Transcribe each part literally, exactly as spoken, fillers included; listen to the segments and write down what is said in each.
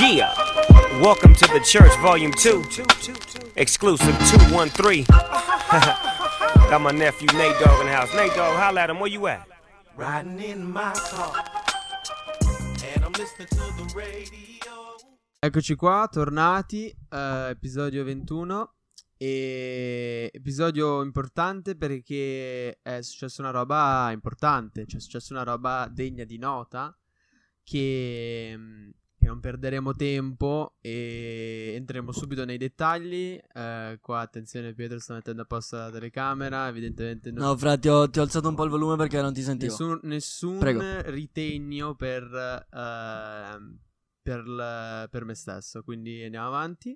Yeah, welcome to the church, volume two, exclusive two one three. Got my nephew Nate Dogg in the house. Nate Dogg, holla at him, where you at? Riding in my car, and I'm listening to the radio. Eccoci qua, tornati, eh, episodio ventuno. E episodio importante perché è successa una roba importante, cioè è successa una roba degna di nota che, che non perderemo tempo e entreremo subito nei dettagli. Eh, qua attenzione, Pietro sta mettendo a posto la telecamera, evidentemente non... No, fra, ti ho, ti ho alzato un po' il volume perché non ti sentivo. Nessun, nessun Prego. ritegno per, eh, per, l- per me stesso, quindi andiamo avanti.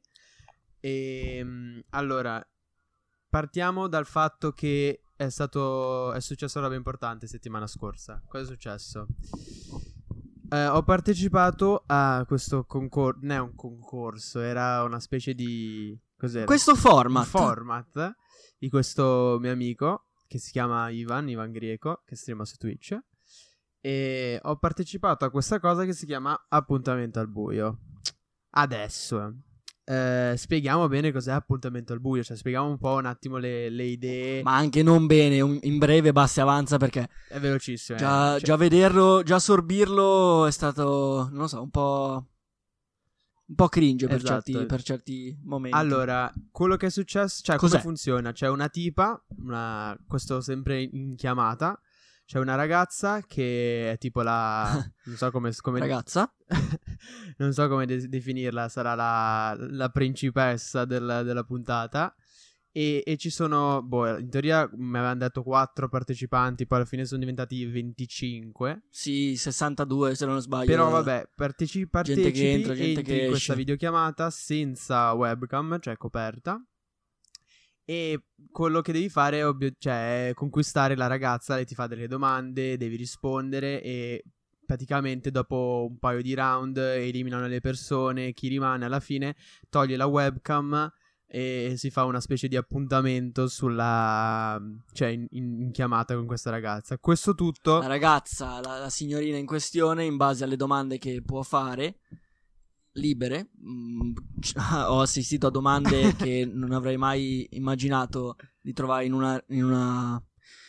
E allora partiamo dal fatto che è stato è successo una roba importante settimana scorsa. Cosa è successo? Eh, ho partecipato a questo concorso. Non è un concorso, era una specie di cos'era? Questo format. Un format di questo mio amico che si chiama Ivan Ivan Grieco, che streama su Twitch. E ho partecipato a questa cosa che si chiama Appuntamento al buio. Adesso Eh, spieghiamo bene cos'è Appuntamento al buio, cioè spieghiamo un po' un attimo le, le idee. Ma anche non bene, un- in breve basta e avanza perché È velocissimo. già, eh. Cioè, già vederlo, già sorbirlo è stato, non lo so, un po', un po' cringe per, Esatto. certi, per certi momenti. Allora, quello che è successo, cioè Cos'è? come funziona? C'è una tipa, una, questo sempre in chiamata, c'è una ragazza che è tipo la, non so come, come Ragazza? non so come de- definirla, sarà la, la principessa del- della puntata. E, e ci sono, boh, in teoria mi avevano detto quattro partecipanti, poi alla fine sono diventati venticinque. Sì, sessantadue se non sbaglio. Però vabbè, parteci- partecipi, Gente che entra, gente entri che in questa esce. videochiamata senza webcam, cioè coperta. E quello che devi fare è, obbio- cioè, è conquistare la ragazza, lei ti fa delle domande, devi rispondere e praticamente dopo un paio di round eliminano le persone, chi rimane alla fine toglie la webcam e si fa una specie di appuntamento sulla, cioè in, in- in chiamata con questa ragazza. Questo tutto La ragazza, la, la signorina in questione, in base alle domande che può fare, libere, mm, ho assistito a domande che non avrei mai immaginato di trovare in una, in una,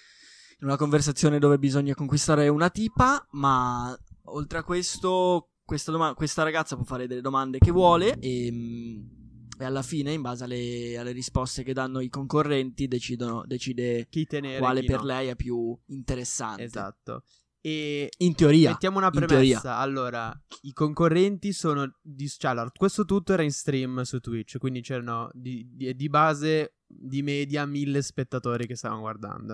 in una conversazione dove bisogna conquistare una tipa, ma oltre a questo, questa, doma- questa ragazza può fare delle domande che vuole e, mm, e alla fine, in base alle, alle risposte che danno i concorrenti, decidono, decide chi tenere quale chi per no. lei è più interessante. Esatto. E In teoria. mettiamo una in premessa. teoria. Allora, i concorrenti sono di, cioè, allora, questo tutto era in stream su Twitch, quindi c'erano di, di, di base di media mille spettatori che stavano guardando.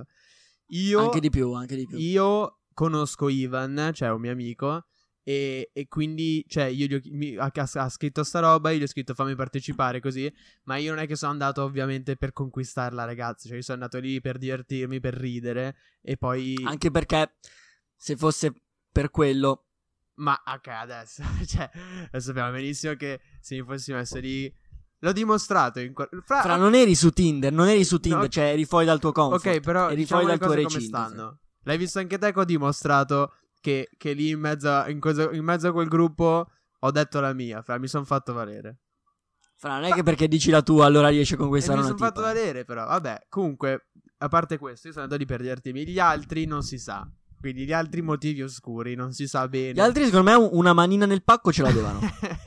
Io Anche di più, anche di più. Io conosco Ivan, cioè un mio amico, e, e quindi, cioè, io gli ho, mi- ha, ha scritto sta roba, io gli ho scritto fammi partecipare così, ma io non è che sono andato ovviamente per conquistare la ragazza, cioè io sono andato lì per divertirmi, per ridere, e poi... Anche perché se fosse per quello, Ma ok, adesso, cioè, lo sappiamo benissimo che se mi fossi messo lì... L'ho dimostrato in quel... Fra... fra non eri su Tinder, non eri su Tinder, No. cioè eri fuori dal tuo comfort. Ok, però eri diciamo fuori le dal tuo cose come recinto. stanno. L'hai visto anche te che ho dimostrato che, che lì in mezzo, a- in, questo- in mezzo a quel gruppo ho detto la mia, fra, mi sono fatto valere. Fra non è che perché dici la tua allora riesci a E conquistare mi una sono tipa. fatto valere però, vabbè, comunque, a parte questo, io sono andato lì per divertirmi, gli altri non si sa. Quindi gli altri motivi oscuri, non si sa bene. Gli altri secondo me un- una manina nel pacco ce l'avevano.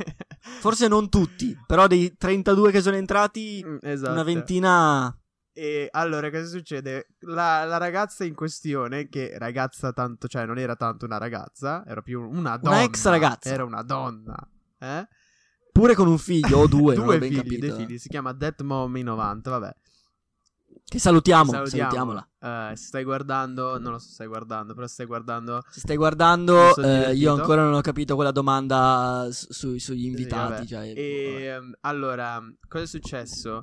Forse non tutti, però dei trentadue che sono entrati, Mm, esatto. una ventina. E allora cosa succede? La, la ragazza in questione, che ragazza tanto, cioè non era tanto una ragazza, era più una donna. ex ragazza. Era una donna. Eh? Pure con un figlio o due, non ho Due ben figli, capito. due figli. Si chiama Death Mommy novanta, vabbè. Che salutiamo, Salutiamo. salutiamola. Eh, se stai guardando, non lo so se stai guardando, però se stai guardando... Se stai guardando, Mi sono eh, divertito. io ancora non ho capito quella domanda su- su- sugli invitati. Sì, vabbè. Cioè, E ehm, allora, cosa è successo?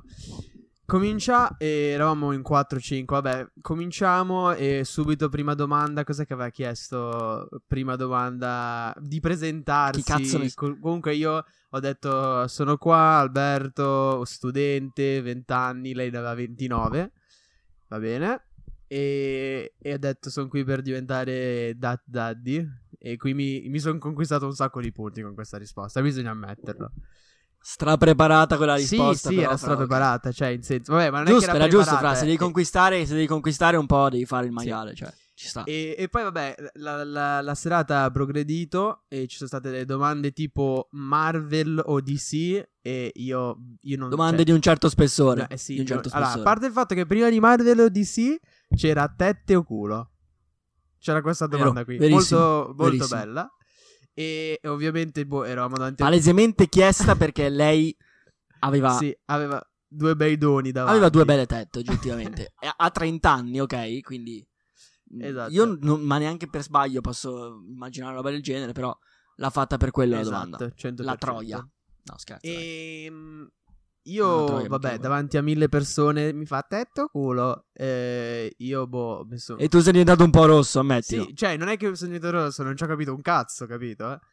Comincia, e eravamo in quattro cinque, vabbè, cominciamo e subito prima domanda, cos'è che aveva chiesto? Prima domanda di presentarsi. Chi cazzo ne- Co- comunque io ho detto sono qua, Alberto, studente, venti anni, lei ne aveva ventinove, va bene? E, e ho detto sono qui per diventare Dat Daddy E qui mi, mi sono conquistato un sacco di punti con questa risposta, bisogna ammetterlo. Strapreparata quella risposta. Sì, sì, però, era fra, strapreparata, cioè in senso, vabbè, ma non giusto, è che era, era giusto, preparata, fra, se devi eh. conquistare, se devi conquistare un po' devi fare il maiale, cioè, ci sta. E, e poi vabbè, la, la, la serata ha progredito e ci sono state delle domande tipo Marvel o D C e io, io non... Domande cioè, di un certo spessore. no, eh sì, di un certo no, allora, a spessore. parte il fatto che prima di Marvel o D C c'era tette o culo. C'era questa Vero, domanda qui, verissimo, molto, molto verissimo. bella. E, e ovviamente, boh, eravamo davanti Palesemente chiesta perché lei aveva, Sì, aveva due bei doni davanti. aveva due belle tette, oggettivamente. E ha trenta anni, ok? Quindi Esatto. io non, ma neanche per sbaglio posso immaginare una roba del genere, però l'ha fatta per quello la Esatto, domanda. cento per cento. La troia. No, scherzo. dai. E mm, No, io, troia, vabbè, perché- davanti a mille persone mi fa tetto o culo. Eh, io, boh, ho messo... E tu sei diventato un po' rosso, ammettilo. Sì, cioè, non è che sono diventato rosso, non ci ho capito un cazzo, capito? eh?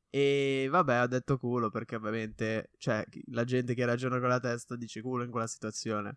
E vabbè, ho detto culo perché ovviamente, cioè, chi- la gente che ragiona con la testa dice culo in quella situazione.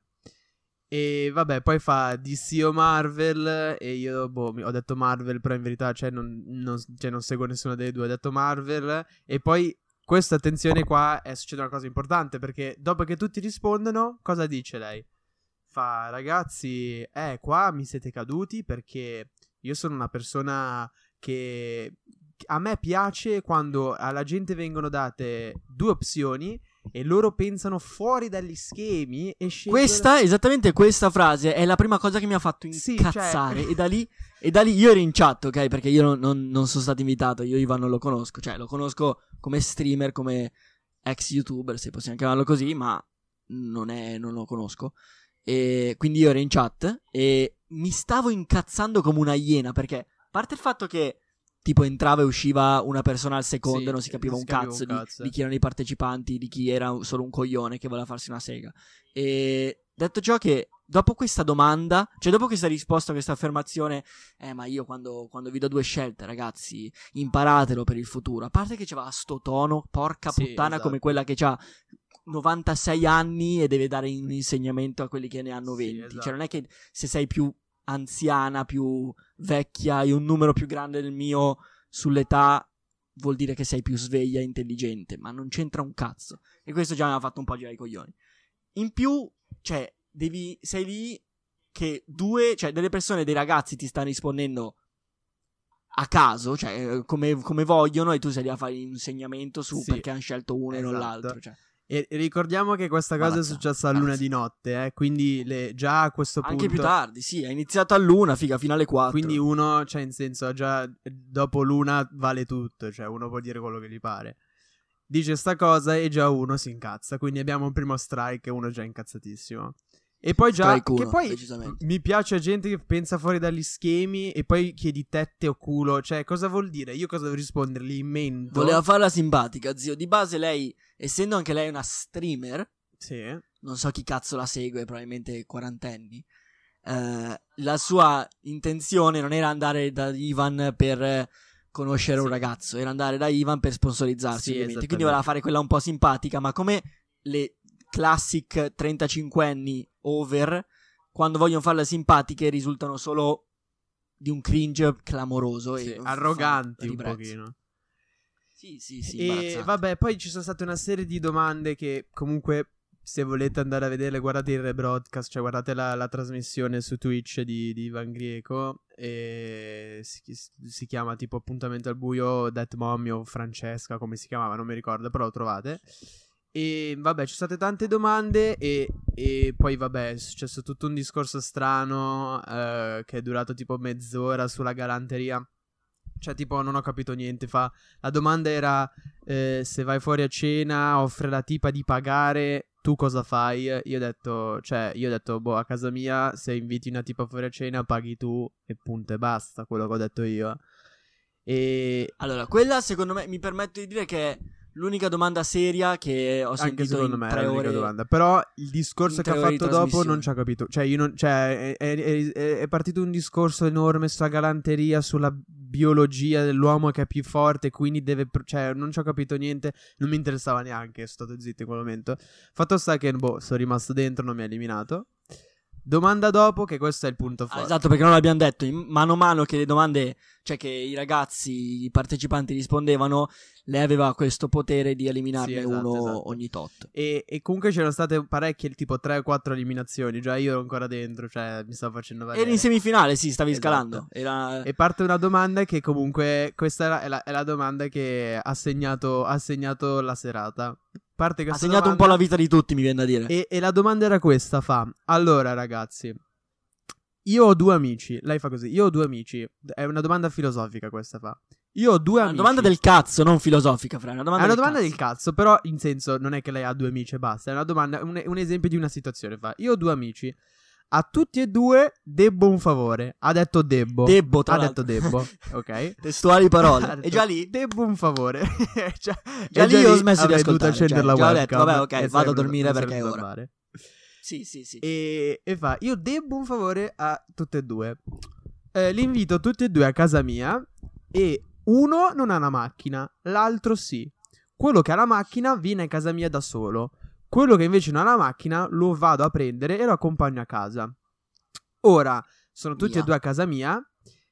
E vabbè, poi fa D C o Marvel e io, boh, mi- ho detto Marvel, però in verità, cioè, non, non, cioè, non seguo nessuna delle due, ho detto Marvel. E poi, questa attenzione qua, è succede una cosa importante perché dopo che tutti rispondono, cosa dice lei? Fa, ragazzi, eh, qua mi siete caduti perché io sono una persona che a me piace quando alla gente vengono date due opzioni e loro pensano fuori dagli schemi e scelgono... Questa, esattamente questa frase è la prima cosa che mi ha fatto Sì, incazzare. cioè- E da lì, e da lì io ero in chat, ok? Perché io non, non- non sono stato invitato. Io Ivan non lo conosco. Cioè, lo conosco come streamer, come ex youtuber, se possiamo chiamarlo così, ma non, è, non lo conosco. E quindi io ero in chat e mi stavo incazzando come una iena. Perché, a parte il fatto che tipo entrava e usciva una persona al secondo Sì, e non si capiva non un si capiva cazzo, un di- cazzo, Di, eh. chi erano i partecipanti, di chi era solo un coglione che voleva farsi una sega. E detto ciò che dopo questa domanda, cioè dopo questa risposta, questa affermazione, eh ma io quando, quando vi do due scelte, ragazzi, imparatelo per il futuro. A parte che c'aveva sto tono, porca Sì, puttana, esatto. come quella che ha novantasei anni e deve dare un insegnamento a quelli che ne hanno Sì, venti. esatto. Cioè non è che se sei più anziana, più vecchia, hai un numero più grande del mio sull'età, vuol dire che sei più sveglia e intelligente, ma non c'entra un cazzo. E questo già mi ha fatto un po' girare i coglioni. In più, cioè, devi, sei lì che due, cioè, delle persone, dei ragazzi ti stanno rispondendo a caso, cioè, eh, come, come vogliono, e tu sei lì a fare l'insegnamento su Sì, perché hanno scelto uno e non esatto. l'altro, cioè. E ricordiamo che questa cosa è Imbarazzante, successa a luna di imbarazzante. notte, eh, quindi le- già a questo punto... Anche più tardi, sì, è iniziato all'una, figa, fino alle quattro. Quindi uno, cioè in senso, già dopo l'una vale tutto, cioè uno può dire quello che gli pare. Dice sta cosa e già uno si incazza, quindi abbiamo un primo strike e uno già incazzatissimo. E poi già, Strike che uno, poi decisamente. mi piace gente che pensa fuori dagli schemi e poi chiedi tette o culo, cioè cosa vuol dire? Io cosa devo rispondergli? In mento? Voleva farla simpatica, zio. Di base lei, essendo anche lei una streamer, Sì. non so chi cazzo la segue, probabilmente quarantenni. Eh, la sua intenzione non era andare da Ivan per eh, conoscere Sì. un ragazzo, era andare da Ivan per sponsorizzarsi, Sì, ovviamente. Quindi esattamente. voleva fare quella un po' simpatica, ma come le classic trentacinquenni over, quando vogliono farle simpatiche, risultano solo di un cringe clamoroso Sì, e arroganti fa un ribrezzo. pochino. Sì, sì, sì, E imbarazzante. vabbè, poi ci sono state una serie di domande che comunque, se volete andare a vederle, guardate il rebroadcast, cioè guardate la, la trasmissione su Twitch di, di Ivan Grieco. E si, si chiama tipo Appuntamento al buio, That Mommy o Francesca, come si chiamava, non mi ricordo, però lo trovate. E vabbè, ci sono state tante domande e, e poi vabbè, è successo tutto un discorso strano eh, che è durato tipo mezz'ora sulla galanteria. Cioè tipo non ho capito niente. Fa la domanda era eh, se vai fuori a cena offre la tipa di pagare, tu cosa fai? Io ho detto, cioè io ho detto boh, a casa mia se inviti una tipa fuori a cena paghi tu e punto e basta, quello che ho detto io. E Allora, quella secondo me mi permetto di dire che è l'unica domanda seria che ho anche sentito secondo in me tre era l'unica ore. domanda. Però il discorso in che ha tre ore di fatto dopo trasmissione. non ci ha capito. Cioè, io non, cioè è, è- è- è partito un discorso enorme sulla galanteria, sulla biologia dell'uomo che è più forte, quindi deve. pr- Cioè, non ci ho capito niente. Non mi interessava neanche. Sono stato zitto in quel momento. Fatto sta che, boh, sono rimasto dentro, non mi ha eliminato. Domanda dopo, che questo è il punto forte. Ah, esatto, perché non l'abbiamo detto. In mano a mano che le domande, cioè che i ragazzi, i partecipanti rispondevano, lei aveva questo potere di eliminarne Sì, esatto, uno esatto. ogni tot. E, e comunque c'erano state parecchie, tipo tre o quattro eliminazioni. Già io ero ancora dentro, cioè mi stavo facendo valere. Eri in semifinale, sì, stavi Esatto. scalando. Era... E parte una domanda che comunque, questa è la, è la, è la domanda che ha segnato, ha segnato la serata. Parte Ha questa segnato un domanda, po' la vita di tutti, mi viene da dire. E, e la domanda era questa, fa: allora ragazzi, io ho due amici. Lei fa così: io ho due amici. È una domanda filosofica questa, fa. Io ho due Una amici. domanda del cazzo, non filosofica, Fra. Una domanda È una del domanda cazzo. del cazzo, però in senso non è che lei ha due amici e basta. È una domanda, un, un esempio di una situazione, fa. Io ho due amici. A tutti e due debbo un favore. Ha detto debbo. Debbo, tra Ha l'altro. detto debbo, ok? Testuali Ha parole. detto, E già lì, debbo un favore. già, già e lì ho smesso di avrei dovuto ascoltare. accendere Cioè, la già ho webcam. detto, vabbè, ok, e vado a sarebbe- dormire non perché è sarebbe ora. andare. sì, sì, sì. E, e fa: io debbo un favore a tutte e due. Eh, li invito tutti e due a casa mia. E uno non ha una macchina, l'altro sì. Quello che ha la macchina viene a casa mia da solo. Quello che invece non ha la macchina lo vado a prendere e lo accompagno a casa. Ora sono tutti Via. e due a casa mia.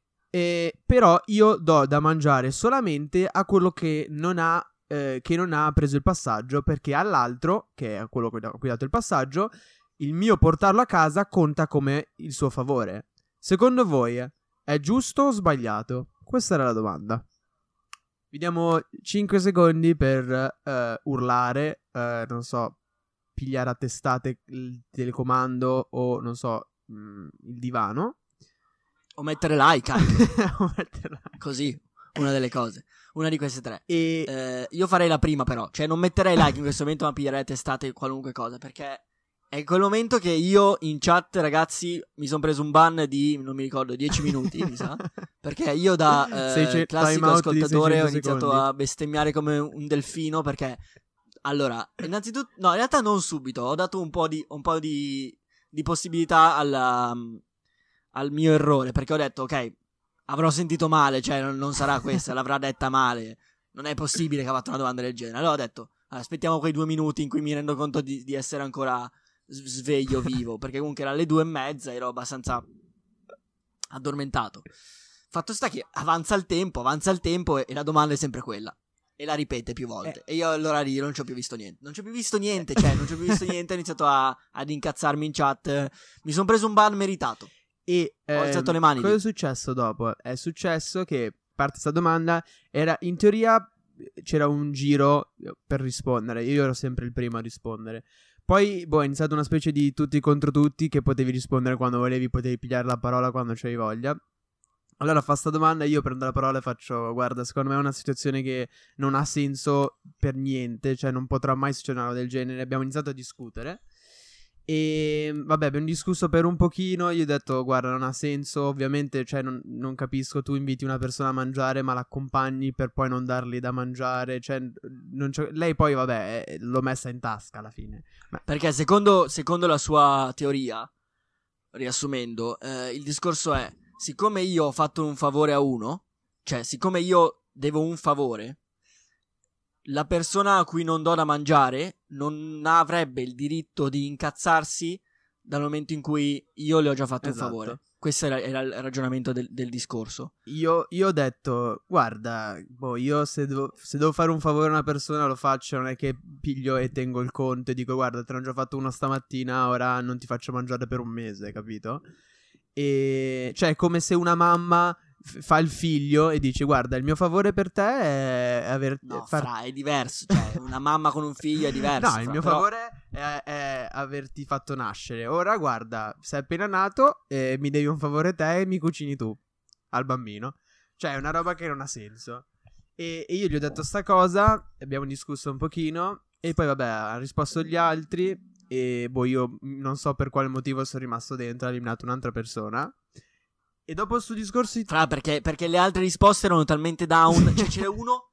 Eh, però io do da mangiare solamente a quello che non ha eh, che non ha preso il passaggio, perché all'altro, che è quello a cui ho dato il passaggio, il mio portarlo a casa conta come il suo favore. Secondo voi è giusto o sbagliato? Questa era la domanda. Vi diamo cinque secondi per eh, urlare, eh, non so, pigliare a testate il telecomando o non so, mh, il divano. O mettere like anche. O metterla. Così, una delle cose. Una di queste tre. E Eh, io farei la prima però. Cioè non metterei like in questo momento, ma piglierei a testate qualunque cosa. Perché è quel momento che io in chat, ragazzi, mi sono preso un ban di, non mi ricordo, dieci minuti, mi sa. Perché io da eh, Seice- classico time out di ascoltatore ho seicento iniziato secondi. a bestemmiare come un delfino. Perché, allora, innanzitutto, no, in realtà non subito. Ho dato un po' di, un po' di, di possibilità alla, al mio errore. Perché ho detto, ok, avrò sentito male, cioè non, non sarà questa, l'avrà detta male. Non è possibile che ha fatto una domanda del genere. Allora ho detto, aspettiamo quei due minuti in cui mi rendo conto di, di essere ancora s- sveglio, vivo. Perché comunque era le due e mezza, ero abbastanza addormentato. Fatto sta che avanza il tempo, avanza il tempo e, e la domanda è sempre quella. E la ripete più volte. E io allora lì non ci ho più visto niente. Non ci ho più visto niente, cioè non ci ho più visto niente. Ho iniziato a, ad incazzarmi in chat. Mi sono preso un ban meritato. E Ho alzato ehm, le mani cosa lì. è successo dopo? È successo che parte questa domanda era in teoria c'era un giro per rispondere. Io ero sempre il primo a rispondere. Poi boh, è iniziata una specie di tutti contro tutti, che potevi rispondere quando volevi, potevi pigliare la parola quando c'avevi voglia. Allora fa sta domanda, io prendo la parola e faccio: guarda, secondo me è una situazione che non ha senso per niente, cioè non potrà mai succedere una roba del genere. Abbiamo iniziato a discutere. E vabbè, abbiamo discusso per un pochino. Io ho detto: guarda, non ha senso. Ovviamente, cioè, non, non capisco. Tu inviti una persona a mangiare, ma l'accompagni per poi non dargli da mangiare. Cioè, non c'è... lei poi, vabbè, eh, l'ho messa in tasca alla fine. Ma... Perché secondo, secondo la sua teoria, riassumendo, eh, il discorso è: siccome io ho fatto un favore a uno, cioè siccome io devo un favore, la persona a cui non do da mangiare non avrebbe il diritto di incazzarsi dal momento in cui io le ho già fatto Esatto. un favore. Questo era, era il ragionamento del, del discorso. Io, io ho detto: guarda, boh, io se devo, se devo fare un favore a una persona lo faccio. Non è che piglio e tengo il conto e dico: guarda, te ne ho già fatto uno stamattina, ora non ti faccio mangiare per un mese, capito? E cioè è come se una mamma f- fa il figlio e dice: guarda, il mio favore per te è aver No, far- fra, è diverso. Cioè, una mamma con un figlio è diverso. No, il fra, mio però- favore è, è averti fatto nascere. Ora, guarda, sei appena nato e mi devi un favore te e mi cucini tu al bambino. Cioè, è una roba che non ha senso. E, e io gli ho detto sta cosa, abbiamo discusso un pochino e poi, vabbè, ha risposto gli altri e, boh, io non so per quale motivo sono rimasto dentro, ha eliminato un'altra persona. E dopo il suo discorso... di- Fra, perché, perché le altre risposte erano talmente down. Cioè, c'era uno...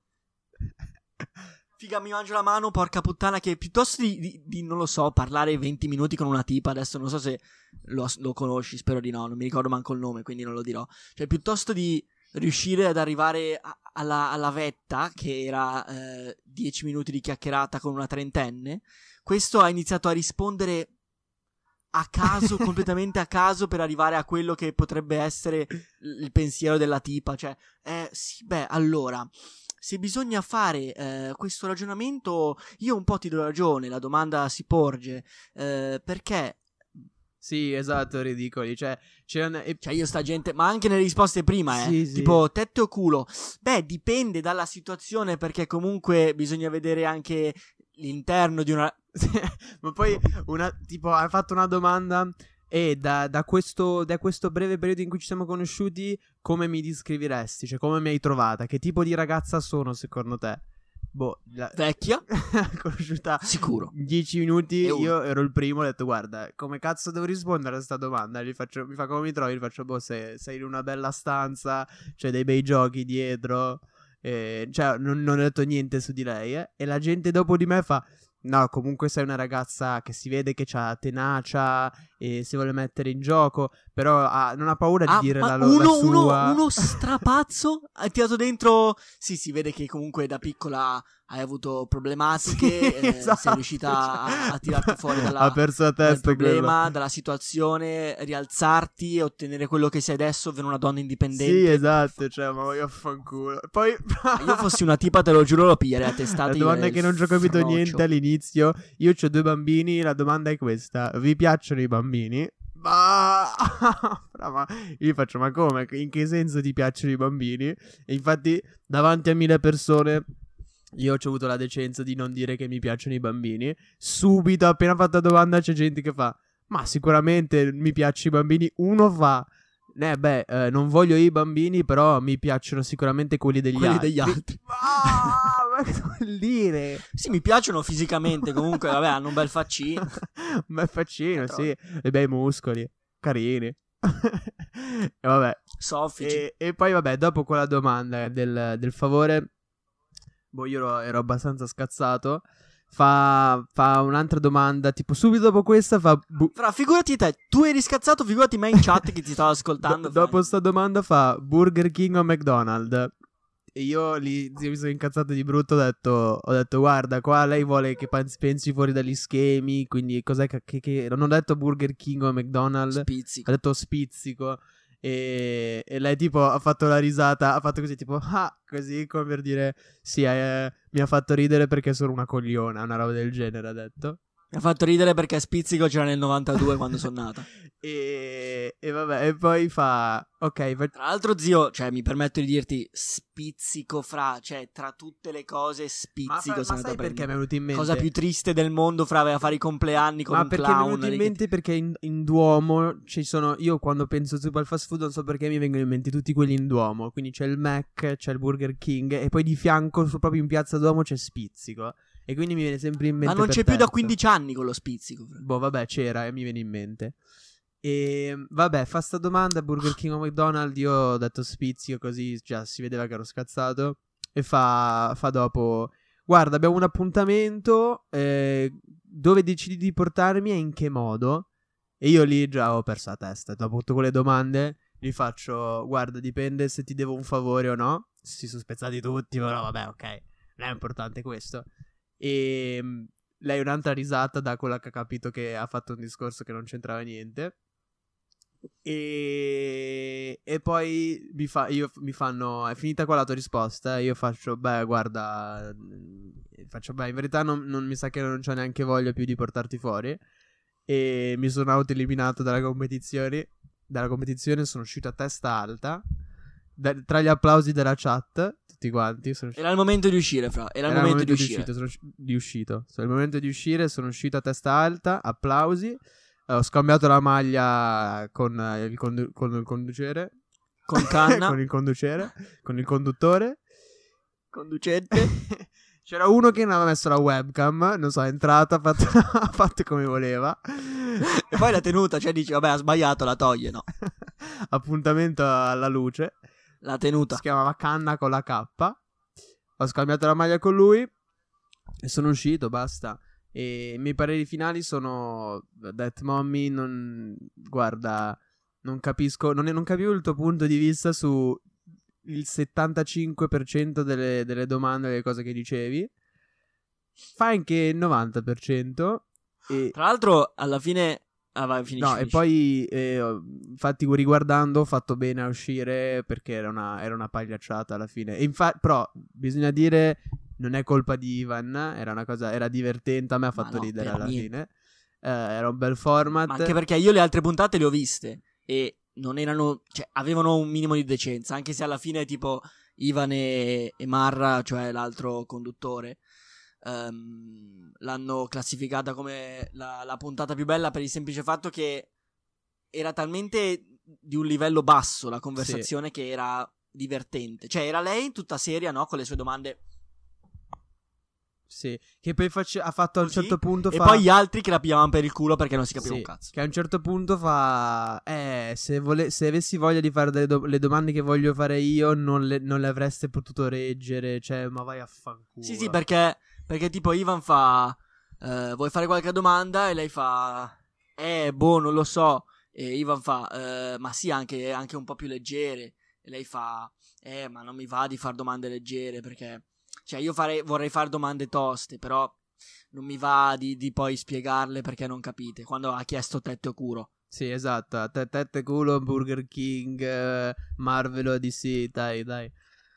Figa, mi mangio la mano, porca puttana, che piuttosto di, di, di, non lo so, parlare venti minuti con una tipa, adesso non so se lo, lo conosci, spero di no, non mi ricordo manco il nome, quindi non lo dirò. Cioè, piuttosto di riuscire ad arrivare a, alla, alla vetta, che era eh, dieci minuti di chiacchierata con una trentenne, questo ha iniziato a rispondere a caso, completamente a caso, per arrivare a quello che potrebbe essere il pensiero della tipa. Cioè, eh, sì, beh, allora, se bisogna fare eh, questo ragionamento, io un po' ti do ragione, la domanda si porge, eh, perché... Sì, esatto, ridicoli. Cioè, c'è un... e- Cioè io sta gente, ma anche nelle risposte prima, eh, Sì, sì. tipo tette o culo. Beh, dipende dalla situazione, perché comunque bisogna vedere anche l'interno di una... Ma poi, una, tipo, hai fatto una domanda e da, da questo, da questo breve periodo in cui ci siamo conosciuti, come mi descriveresti? Cioè, come mi hai trovata? Che tipo di ragazza sono, secondo te? Boh, la... Vecchia? conosciuta Sicuro. dieci minuti, E uno. io ero il primo, ho detto guarda, come cazzo devo rispondere a questa domanda? Gli faccio, mi fa come mi trovi? Gli faccio, boh, se, sei in una bella stanza, c'è dei bei giochi dietro, eh, cioè non, non ho detto niente su di lei, eh? E la gente dopo di me fa... No, comunque sei una ragazza che si vede che c'ha tenacia e si vuole mettere in gioco, però ha- non ha paura di Ah, dire ma la, lo- uno, la sua. uno, uno strapazzo ha tirato dentro. Sì, si vede che comunque da piccola hai avuto problematiche. Sì, eh, esatto, sei riuscita a, cioè, a tirarti fuori dalla, ha perso la dal testa problema, quello. dalla situazione, rialzarti e ottenere quello che sei adesso, ovvero una donna indipendente. Sì, esatto, cioè, ma voglio affanculo. Poi Io fossi una tipa, te lo giuro, lo piglierei a testate. la domanda è che non ci ho capito frocio. niente all'inizio. Io ho due bambini, la domanda è questa: vi piacciono i bambini? Ma... ma io faccio, ma come? In che senso ti piacciono i bambini? E infatti davanti a mille persone io ho avuto la decenza di non dire che mi piacciono i bambini. Subito appena fatta la domanda c'è gente che fa, ma sicuramente mi piacciono i bambini. Uno fa, eh beh, eh, non voglio i bambini, però mi piacciono sicuramente quelli degli Quelli altri. degli altri. Ah, ma che vuol dire? Sì, mi piacciono fisicamente. Comunque, vabbè, hanno un bel faccino. Un bel faccino, Eh, sì, e bei muscoli, carini. E vabbè. Soffici. E, e poi vabbè, dopo quella domanda del, del favore, boh, io ero, ero abbastanza scazzato. Fa, fa un'altra domanda, tipo subito dopo questa fa... bu- Fra, figurati te, tu eri scazzato, figurati me in chat che ti stavo ascoltando. do- dopo sta domanda fa Burger King o McDonald's? E io lì zio, mi sono incazzato di brutto, ho detto, ho detto guarda, qua lei vuole che pens- pensi fuori dagli schemi, quindi cos'è che... che, che... Non ho detto Burger King o McDonald's, Spizzico. ho detto spizzico. E, e lei tipo ha fatto la risata, ha fatto così tipo ah, così come per dire sì, eh, mi ha fatto ridere perché sono una cogliona, una roba del genere ha detto. Mi ha fatto ridere perché Spizzico c'era nel novantadue quando sono nata. E, e vabbè, e poi fa ok, fa- Tra l'altro, zio, cioè mi permetto di dirti Spizzico, fra, cioè tra tutte le cose ma, Spizzico fa- se ma ne sai da perché mi è prendere. venuto in mente? Cosa più triste del mondo, fra, aveva a fare i compleanni con Ma un perché mi è clown. venuto in lì che ti- mente perché in, in Duomo ci sono. Io quando penso tipo al fast food non so perché mi vengono in mente tutti quelli in Duomo. Quindi c'è il Mac, c'è il Burger King e poi di fianco su- proprio in piazza Duomo c'è Spizzico. E quindi mi viene sempre in mente. Ma non per c'è più da terzo. quindici anni con lo Spizzico, fra. Boh, vabbè, c'era e mi viene in mente. E vabbè, fa sta domanda Burger King o McDonald's. Io ho detto Spizzico così già si vedeva che ero scazzato. E fa, fa dopo: guarda, abbiamo un appuntamento. Eh, dove decidi di portarmi e in che modo? E io lì già ho perso la testa. Dopo tutte quelle domande gli faccio: guarda, dipende se ti devo un favore o no. Si sono spezzati tutti, però vabbè, ok, non è importante questo. E mh, lei un'altra risata da quella che ha capito che ha fatto un discorso che non c'entrava niente. E, e poi mi, fa, io, mi fanno: è finita qua la tua risposta? E io faccio: beh, guarda, mh, faccio: beh, in verità non, non mi sa che non c'ho neanche voglia più di portarti fuori. E mi sono auto-eliminato dalla competizione. Dalla competizione sono uscito a testa alta. Da- tra gli applausi della chat, tutti quanti. Sono usci- Era il momento di uscire, fra. Era, Era il momento, di uscire. uscito, sono usci- di uscito. So, il momento di uscire, sono uscito a testa alta, applausi. Eh, ho scambiato la maglia con, eh, il, condu- con il conducere. Con canna. con il conducere. Con il conduttore. Conducente. C'era uno che non aveva messo la webcam. Non so, è entrato, ha fatto, ha fatto come voleva. E poi l'ha tenuta, cioè dici, vabbè, ha sbagliato, la toglie, no. Appuntamento alla luce. L'ha tenuta. Si chiamava Canna con la K. Ho scambiato la maglia con lui e sono uscito, basta. E i miei pareri finali sono: That Mommy non... Guarda, non capisco, non, è- non capivo il tuo punto di vista su il settantacinque per cento delle, delle domande e delle cose che dicevi. Fai anche il novanta per cento. E Tra l'altro, alla fine Ah, vai, finisci, No, finisci. e poi, eh, infatti, riguardando, ho fatto bene a uscire perché era una, era una pagliacciata alla fine. E infa- però, bisogna dire, non è colpa di Ivan, era una cosa, era divertente, a me ha Ma fatto no, ridere per alla niente. fine. Eh, era un bel format. Ma anche perché io le altre puntate le ho viste e non erano, cioè, avevano un minimo di decenza, anche se alla fine tipo Ivan e, e Marra, cioè l'altro conduttore, ehm, l'hanno classificata come la, la puntata più bella per il semplice fatto che era talmente di un livello basso la conversazione che era divertente. Cioè era lei tutta seria, no? Con le sue domande Sì, che poi face- ha fatto a un così, certo punto e fa... poi gli altri che la pigliavano per il culo perché non si capiva Sì, un cazzo. che a un certo punto fa... Eh, se, vole- se avessi voglia di fare delle do- le domande che voglio fare io, non le, non le avreste potuto reggere. Cioè, ma vai a fanculo. Sì, sì, perché, perché tipo Ivan fa eh, vuoi fare qualche domanda? E lei fa eh, boh, non lo so. E Ivan fa eh, ma sì, anche, anche un po' più leggere. E lei fa eh, ma non mi va di fare domande leggere perché, cioè, io farei, vorrei fare domande toste, però non mi va di, di poi spiegarle perché non capite. Quando ha chiesto Tetto e Curo. Sì, esatto. Te- Tette culo, Burger King, eh, Marvel o D C, dai, dai.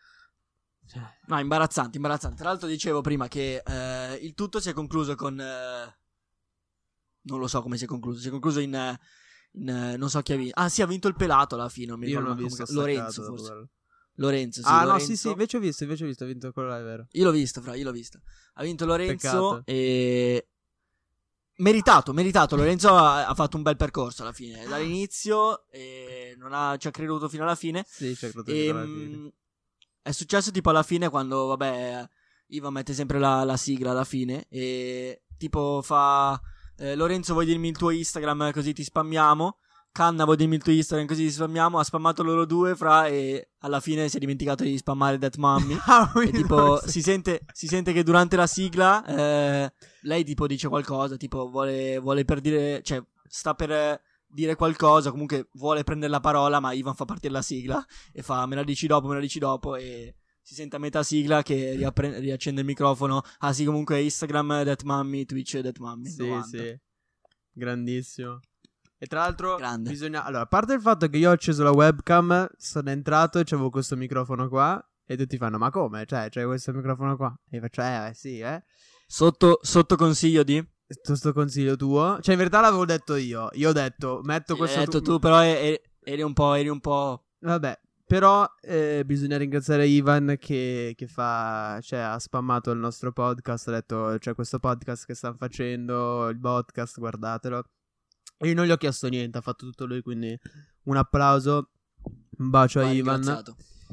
Cioè, No, imbarazzante, imbarazzante. Tra l'altro dicevo prima che eh, il tutto si è concluso con... eh, non lo so come si è concluso. Si è concluso in... eh, in, eh, non so chi ha vinto. Ah sì, ha vinto il pelato alla fine. Non mi io ricordo non ho ma come visto ca- staccato Lorenzo dopo forse. quello. Lorenzo, sì, Ah, Lorenzo. no, sì, sì, invece ho visto, invece ho visto, ha vinto quello là, è vero. Io l'ho visto, fra, io l'ho visto. Ha vinto Lorenzo Peccato. e... Meritato, meritato. Lorenzo ha, ha fatto un bel percorso alla fine. Dall'inizio e non ha, ci ha creduto fino alla fine. Sì, c'è creduto E, fino alla fine. mh, è successo tipo alla fine quando, vabbè, Ivan mette sempre la, la sigla alla fine e tipo fa eh, Lorenzo vuoi dirmi il tuo Instagram così ti spammiamo. Canna vuoi dirmi il tuo Instagram così ti spammiamo. Ha spammato loro due fra e alla fine si è dimenticato di spammare Death Mummy. Ah, E tipo si sente, si sente che durante la sigla eh, lei tipo dice qualcosa, tipo vuole, vuole per dire, cioè sta per eh, dire qualcosa, comunque vuole prendere la parola, ma Ivan fa partire la sigla e fa me la dici dopo, me la dici dopo e si sente a metà sigla che riappre- riaccende il microfono. Ah sì, comunque Instagram Death Mummy, Twitch Death Mummy. Sì, novanta. sì. Grandissimo. E tra l'altro Grande. bisogna... Allora, a parte il fatto che io ho acceso la webcam, sono entrato e c'avevo questo microfono qua e tutti fanno, ma come? Cioè, c'è questo microfono qua? E io faccio, eh, sì, eh. Sotto, sotto consiglio di... Sto, sto consiglio tuo. Cioè, in verità l'avevo detto io. Io ho detto, metto Sì, l'hai questo... detto tu, però e- e- eri un po', eri un po'... Vabbè, però eh, bisogna ringraziare Ivan che, che fa, cioè, ha spammato il nostro podcast, ha detto c'è questo podcast che stanno facendo, il podcast, guardatelo. E io non gli ho chiesto niente, ha fatto tutto lui, quindi un applauso, un bacio a vai Ivan. ringraziato.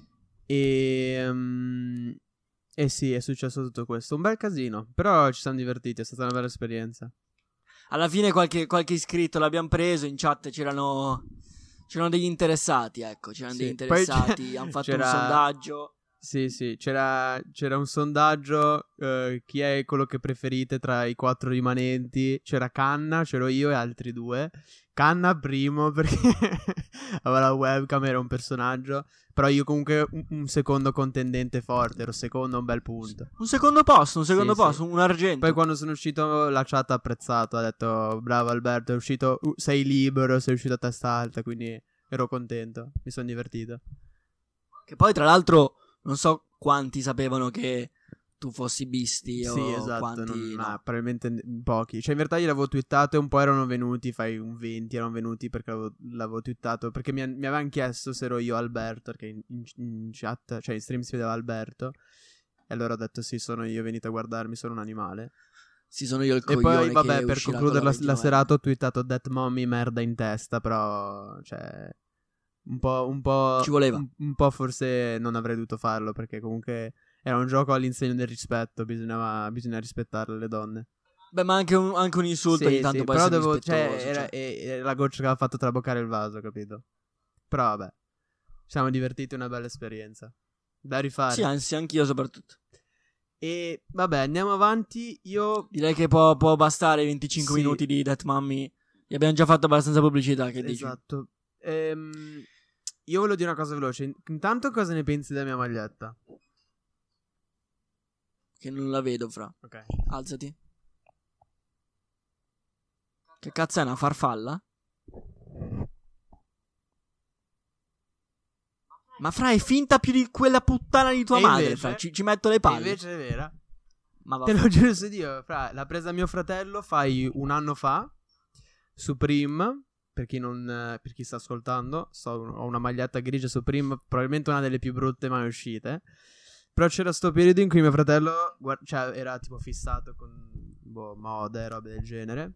E, mm, e sì, è successo tutto questo, un bel casino, però ci siamo divertiti, è stata una bella esperienza. Alla fine qualche, qualche iscritto l'abbiamo preso, in chat c'erano c'erano degli interessati, ecco, c'erano Sì, degli poi interessati, c'è- hanno fatto c'era- un sondaggio. Sì, sì, c'era, c'era un sondaggio, eh, chi è quello che preferite tra i quattro rimanenti. C'era Canna, c'ero io e altri due. Canna primo perché aveva la webcam, era un personaggio. Però io comunque un, un secondo contendente forte, ero secondo a un bel punto. Un secondo posto, un secondo Sì, posto, sì. un argento. Poi quando sono uscito la chat ha apprezzato, ha detto bravo Alberto, è uscito, uh, sei libero, sei uscito a testa alta, quindi ero contento, mi sono divertito. Che poi tra l'altro non so quanti sapevano che tu fossi Beastie Sì, o esatto, quanti non- no. ma probabilmente n- pochi. Cioè in verità io l'avevo twittato e un po' erano venuti, fai un venti erano venuti perché l'avevo, l'avevo twittato, perché mi, mi avevano chiesto se ero io Alberto, perché in, in- in chat, cioè in stream si vedeva Alberto, e allora ho detto sì, sono io, venite a guardarmi, sono un animale. Sì, sono io il E coglione poi vabbè, che per uscirà concludere con la, la ventinove. serata ho twittato Death Mommy merda in testa, però cioè un po', un po', Ci voleva. un, un po' forse non avrei dovuto farlo, perché comunque era un gioco all'insegno del rispetto, bisognava, bisogna rispettare le donne. Beh, ma anche un, anche un insulto Sì, ogni tanto sì, può però essere devo, cioè, rispettoso, era, cioè. e- era la goccia che aveva fatto traboccare il vaso, capito? Però vabbè, ci siamo divertiti, una bella esperienza da rifare. Sì, anzi, anch'io soprattutto. E vabbè, andiamo avanti. Io Direi che può, può bastare i venticinque Sì. minuti di Death Mummy. Gli abbiamo già fatto abbastanza pubblicità, che dici? esatto. Ehm, io volevo dire una cosa veloce. Intanto, cosa ne pensi della mia maglietta? Che non la vedo, fra. Ok. Alzati. Che cazzo è una farfalla? Ma fra, è finta più di quella puttana di tua E madre, invece- fra, ci, ci metto le E palle. invece è vera. Ma va. Te lo giuro su Dio, fra, l'ha presa mio fratello fai un anno fa, Supreme, per chi non, eh, per chi sta ascoltando, so, ho una maglietta grigia Supreme, probabilmente una delle più brutte mai uscite, però c'era sto periodo in cui mio fratello, guard- cioè, era tipo fissato con, boh, moda e robe del genere,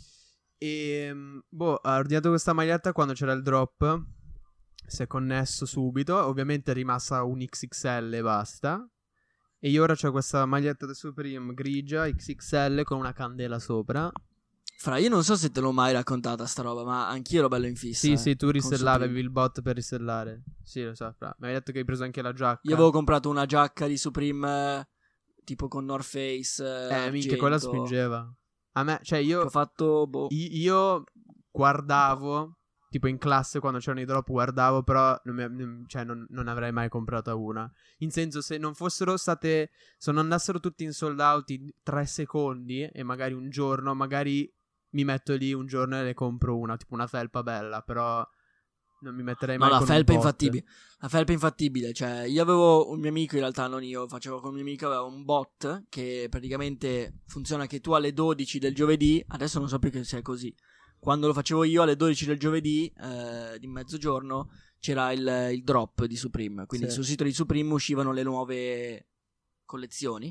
e, mm, boh, ha ordinato questa maglietta quando c'era il drop, si è connesso subito, ovviamente è rimasta un X X L e basta. E io ora c'ho questa maglietta da Supreme grigia X X L con una candela sopra. Fra, io non so se te l'ho mai raccontata sta roba, ma anch'io ero bello in fissa. Sì, eh, sì, tu con ristellavi, Supreme. avevi il bot per ristellare. Sì, lo so, fra. Mi hai detto che hai preso anche la giacca. Io avevo comprato una giacca di Supreme eh, tipo con North Face. Eh, minchia, quella spingeva. A me, cioè io... Ho fatto, boh. i- Io guardavo... Tipo in classe quando c'erano i drop guardavo, però non, mi- non- cioè, non, non avrei mai comprato una. In senso, se non fossero state, se non andassero tutti in sold out in tre secondi e magari un giorno, magari mi metto lì un giorno e le compro una, tipo una felpa bella, però non mi metterei No, mai la con felpa è un bot. infattibile. La felpa è infattibile. Cioè, io avevo un mio amico, in realtà non io, facevo con un mio amico, aveva un bot che praticamente funziona che tu alle dodici del giovedì, adesso non so più che sia così. Quando lo facevo io alle dodici del giovedì eh, di mezzogiorno c'era il, il drop di Supreme. Quindi Sì. sul sito di Supreme uscivano le nuove collezioni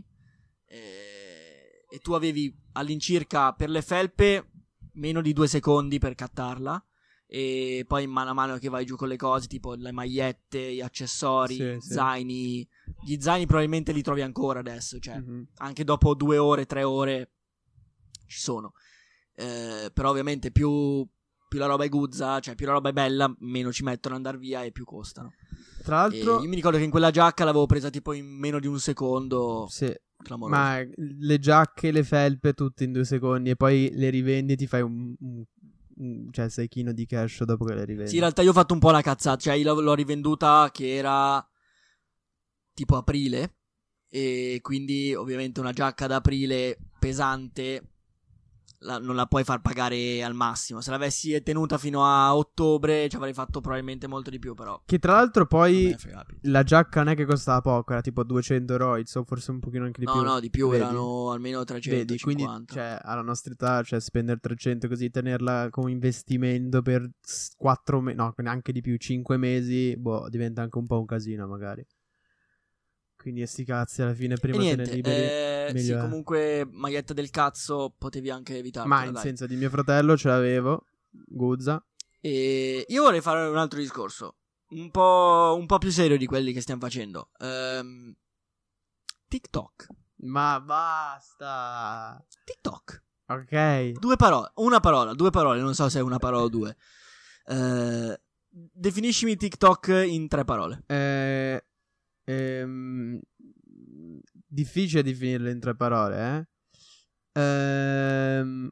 eh, e tu avevi all'incirca per le felpe meno di due secondi per cattarla. E poi mano a mano che vai giù con le cose, tipo le magliette, gli accessori, Sì, sì. zaini. Gli zaini probabilmente li trovi ancora adesso, cioè Mhm. anche dopo due ore, tre ore ci sono. Eh, però ovviamente più, più la roba è guzza, cioè più la roba è bella, meno ci mettono ad andare via e più costano. Tra E l'altro... io mi ricordo che in quella giacca l'avevo presa tipo in meno di un secondo. Sì. Clamoroso. Ma le giacche, le felpe tutte in due secondi e poi le rivendi e ti fai un, un, un cioè sei chino di cash dopo che le rivendi. Sì, in realtà io ho fatto un po' una cazzata, cioè io l'ho rivenduta che era tipo aprile e quindi ovviamente una giacca d'aprile pesante la- non la puoi far pagare al massimo. Se l'avessi tenuta fino a ottobre ci avrei fatto probabilmente molto di più, però Che tra l'altro non poi me ne frega più. la giacca non è che costava poco, era tipo duecento roids o forse un pochino anche di No, più. no, di più, Vedi? erano almeno Vedi, quindi trecentocinquanta. cioè, alla nostra età, cioè spendere trecento così, tenerla come investimento per quattro mesi, no, neanche di più, cinque mesi, boh, diventa anche un po' un casino magari. Quindi sti cazzi, alla fine prima E te niente, ne liberi, eh, sì, meglio è. comunque maglietta del cazzo potevi anche evitarla. Ma in senso di mio fratello ce l'avevo, Guzza. E io vorrei fare un altro discorso, un po', un po' più serio di quelli che stiamo facendo. Ehm, TikTok. Ma basta. TikTok. Ok. Due parole, una parola, due parole, non so se è una parola o due. Eh, definiscimi TikTok in tre parole. Eh, ehm, difficile definirlo in tre parole, eh. Ehm,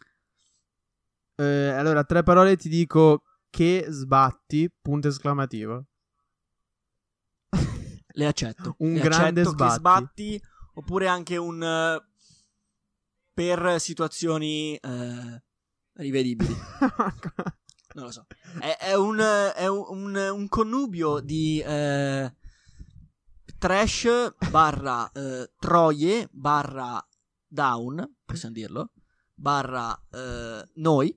eh, allora, tre parole ti dico che sbatti, punto esclamativo. Le accetto. Un Le grande accetto che sbatti. sbatti, oppure anche un eh, per situazioni eh, rivedibili. Non lo so. È, è un è un, un, un connubio di eh, trash barra eh, troie barra down, possiamo dirlo, barra eh, noi.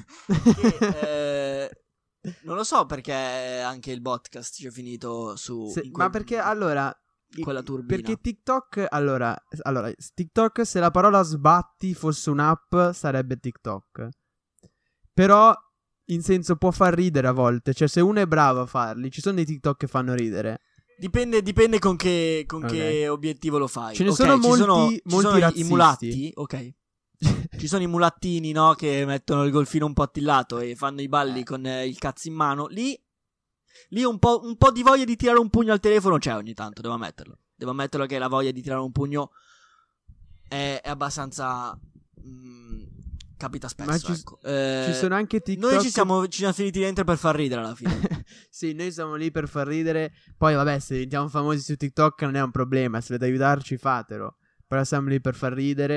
che, eh, non lo so perché anche il podcast ci è finito su Se- in quel- ma perché allora in quella turbina. perché TikTok allora, allora TikTok, se la parola sbatti fosse un'app sarebbe TikTok. Però in senso può far ridere a volte, cioè se uno è bravo a farli, ci sono dei TikTok che fanno ridere. Dipende, dipende con che, con Ok. che obiettivo lo fai. Ce ne Ok, sono ci molti- sono, ci molti sono i- i razzisti. mulatti, ok. Ci sono i mulattini, no, che mettono il golfino un po' attillato e fanno i balli Eh. con eh, il cazzo in mano. Lì, lì un po', un po' di voglia di tirare un pugno al telefono c'è ogni tanto, devo ammetterlo. Devo ammetterlo che la voglia di tirare un pugno è, è abbastanza... mm, capita spesso, Ma ci, ecco. Eh, ci sono anche TikTok. Noi ci siamo, ci siamo finiti dentro per far ridere alla fine. Sì, noi siamo lì per far ridere. Poi vabbè, se diventiamo famosi su TikTok non è un problema, se volete aiutarci fatelo. Però siamo lì per far ridere.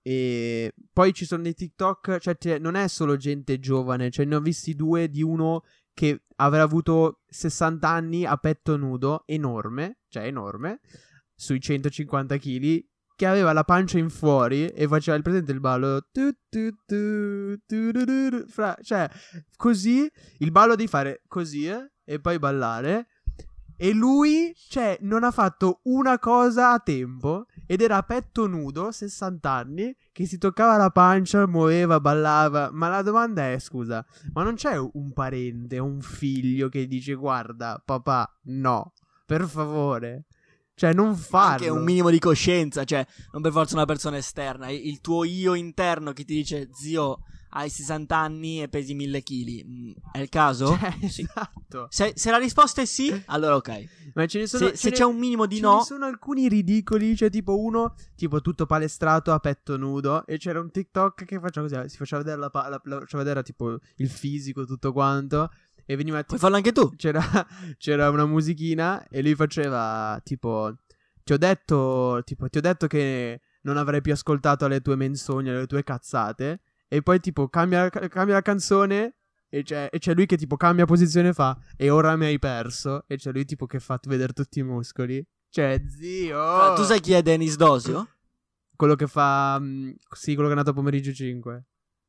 E poi ci sono dei TikTok, cioè t- non è solo gente giovane, cioè ne ho visti due di uno che avrà avuto sessanta anni a petto nudo, enorme, cioè enorme, sui centocinquanta chili, che aveva la pancia in fuori e faceva il presente il ballo tu, tu, tu, tu, tu, tu, tu, fra, cioè così, il ballo di fare così eh, e poi ballare. E lui, cioè, non ha fatto una cosa a tempo ed era a petto nudo, sessanta anni, che si toccava la pancia, muoveva, ballava. Ma la domanda è, scusa, ma non c'è un parente, un figlio che dice guarda, papà, no, per favore. Cioè, non farlo. Anche un minimo di coscienza, cioè, non per forza una persona esterna. Il tuo io interno che ti dice, zio, hai sessanta anni e pesi mille chili. È il caso? Cioè, sì. Esatto. Se, se la risposta è sì, allora ok. Ma ce ne sono, Se, ce se ne, c'è un minimo di ce no, ne sono alcuni ridicoli, cioè tipo uno, tipo tutto palestrato a petto nudo, e c'era un TikTok che faceva così, si faceva vedere la, pa- la, la faceva vedere tipo il fisico, tutto quanto, e veniva tipo, puoi farlo anche tu. c'era, c'era una musichina e lui faceva tipo ti ho detto tipo ti ho detto che non avrei più ascoltato le tue menzogne, le tue cazzate, e poi tipo cambia, cambia la canzone e c'è, e c'è lui che tipo cambia posizione e fa e ora mi hai perso, e c'è lui tipo che fa vedere tutti i muscoli, cioè zio. Fra, tu sai chi è Denis Dosio? Quello che fa mh, sì, quello che è nato a pomeriggio cinque.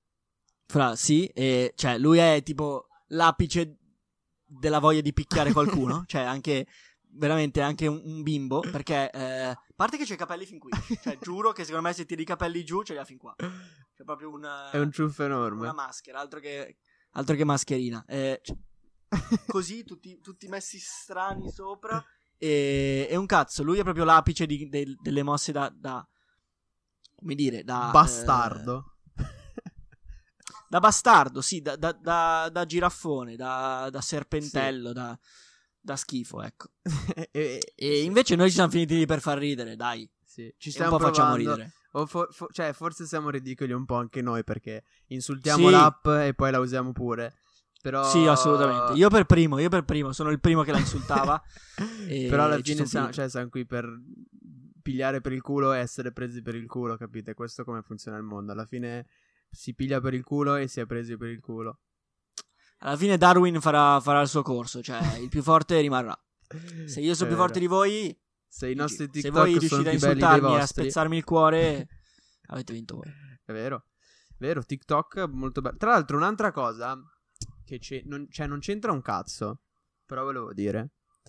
Fra, sì, e cioè lui è tipo l'apice della voglia di picchiare qualcuno, cioè anche veramente anche un, un bimbo, perché eh, a parte che c'ha i capelli fin qui, cioè giuro che secondo me se tiri i capelli giù ce li ha fin qua, c'è proprio una, È un ciuffo enorme, una maschera, altro che, altro che mascherina, eh, cioè, così tutti, tutti messi strani sopra, e, e un cazzo, lui è proprio l'apice di, de, delle mosse da, da come dire, da bastardo. eh, da bastardo, sì, da, da, da, da giraffone, da, da serpentello, sì. da, da schifo, ecco. e, e invece noi ci siamo finiti lì per far ridere, dai. Sì, ci e stiamo un po' provando. facciamo ridere. O for, for, cioè, forse siamo ridicoli un po' anche noi, perché insultiamo sì. l'app e poi la usiamo pure. Però... Sì, assolutamente. Io per primo, io per primo, sono il primo che la insultava. e Però alla ci fine sono siamo, finito. cioè, siamo qui per pigliare per il culo e essere presi per il culo, capite? Questo come funziona il mondo. Alla fine si piglia per il culo e si è presi per il culo. Alla fine Darwin farà, farà il suo corso, cioè il più forte rimarrà. Se io sono più forte di voi, se i nostri TikTok se voi sono riuscite a più belli dei insultarmi e a vostri, spezzarmi il cuore, avete vinto voi. È vero, vero, TikTok molto bello. Tra l'altro un'altra cosa che c'è, non, cioè non c'entra un cazzo, però volevo dire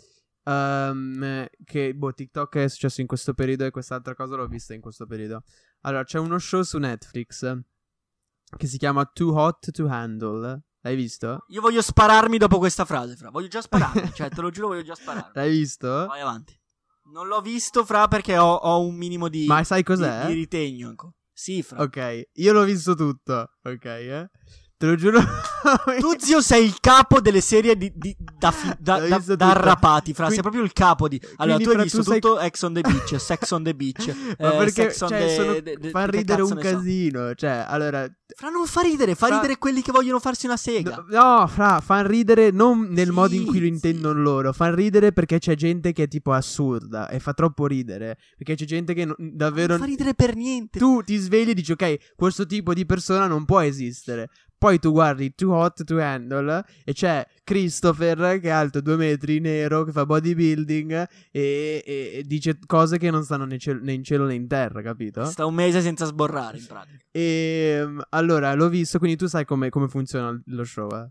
um, che boh, TikTok è successo in questo periodo e quest'altra cosa l'ho vista in questo periodo. Allora, c'è uno show su Netflix che si chiama Too Hot to Handle. L'hai visto? Io voglio spararmi dopo questa frase, Fra. Voglio già spararmi. Cioè, te lo giuro, voglio già spararmi. L'hai visto? Vai avanti. Non l'ho visto, Fra, perché ho, ho un minimo di... Ma sai cos'è? Di, di ritegno ancora. Sì, Fra. Ok, io l'ho visto tutto. Ok, eh? Te lo giuro. Tu, zio, sei il capo delle serie di, di, da, fi, da, L'ho da, visto da tutto. arrapati, Fra. Quindi- sei proprio il capo di... Allora, quindi, tu hai Fra, visto tu sei- tutto Ex on the Beach, Sex on the Beach. Ma eh, perché Sex on cioè, the- sono, de- de- fa che ridere cazzo un ne so. casino. Cioè, allora. Fra, non fa ridere, fa Fra- ridere quelli che vogliono farsi una sega. No, no, fra, fan ridere non nel Sì, modo in cui lo sì. intendono loro. Fan ridere perché c'è gente che è tipo assurda e fa troppo ridere. Perché c'è gente che non- davvero. Non fa ridere per niente. Tu ti svegli e dici, ok, questo tipo di persona non può esistere. Poi tu guardi Too Hot to Handle e c'è Christopher che è alto due metri, nero, che fa bodybuilding e, e- e dice cose che non stanno né, ciel- né in cielo né in terra, capito? Sta un mese senza sborrare, in pratica. E allora l'ho visto, quindi tu sai come, come funziona lo show, eh?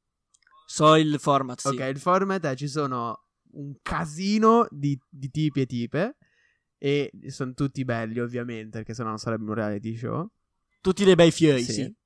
So il format, sì. Ok, il format è ci sono un casino di, di tipi e tipe e sono tutti belli ovviamente perché sennò non sarebbe un reality show. Tutti dei bei fioi, Sì. sì.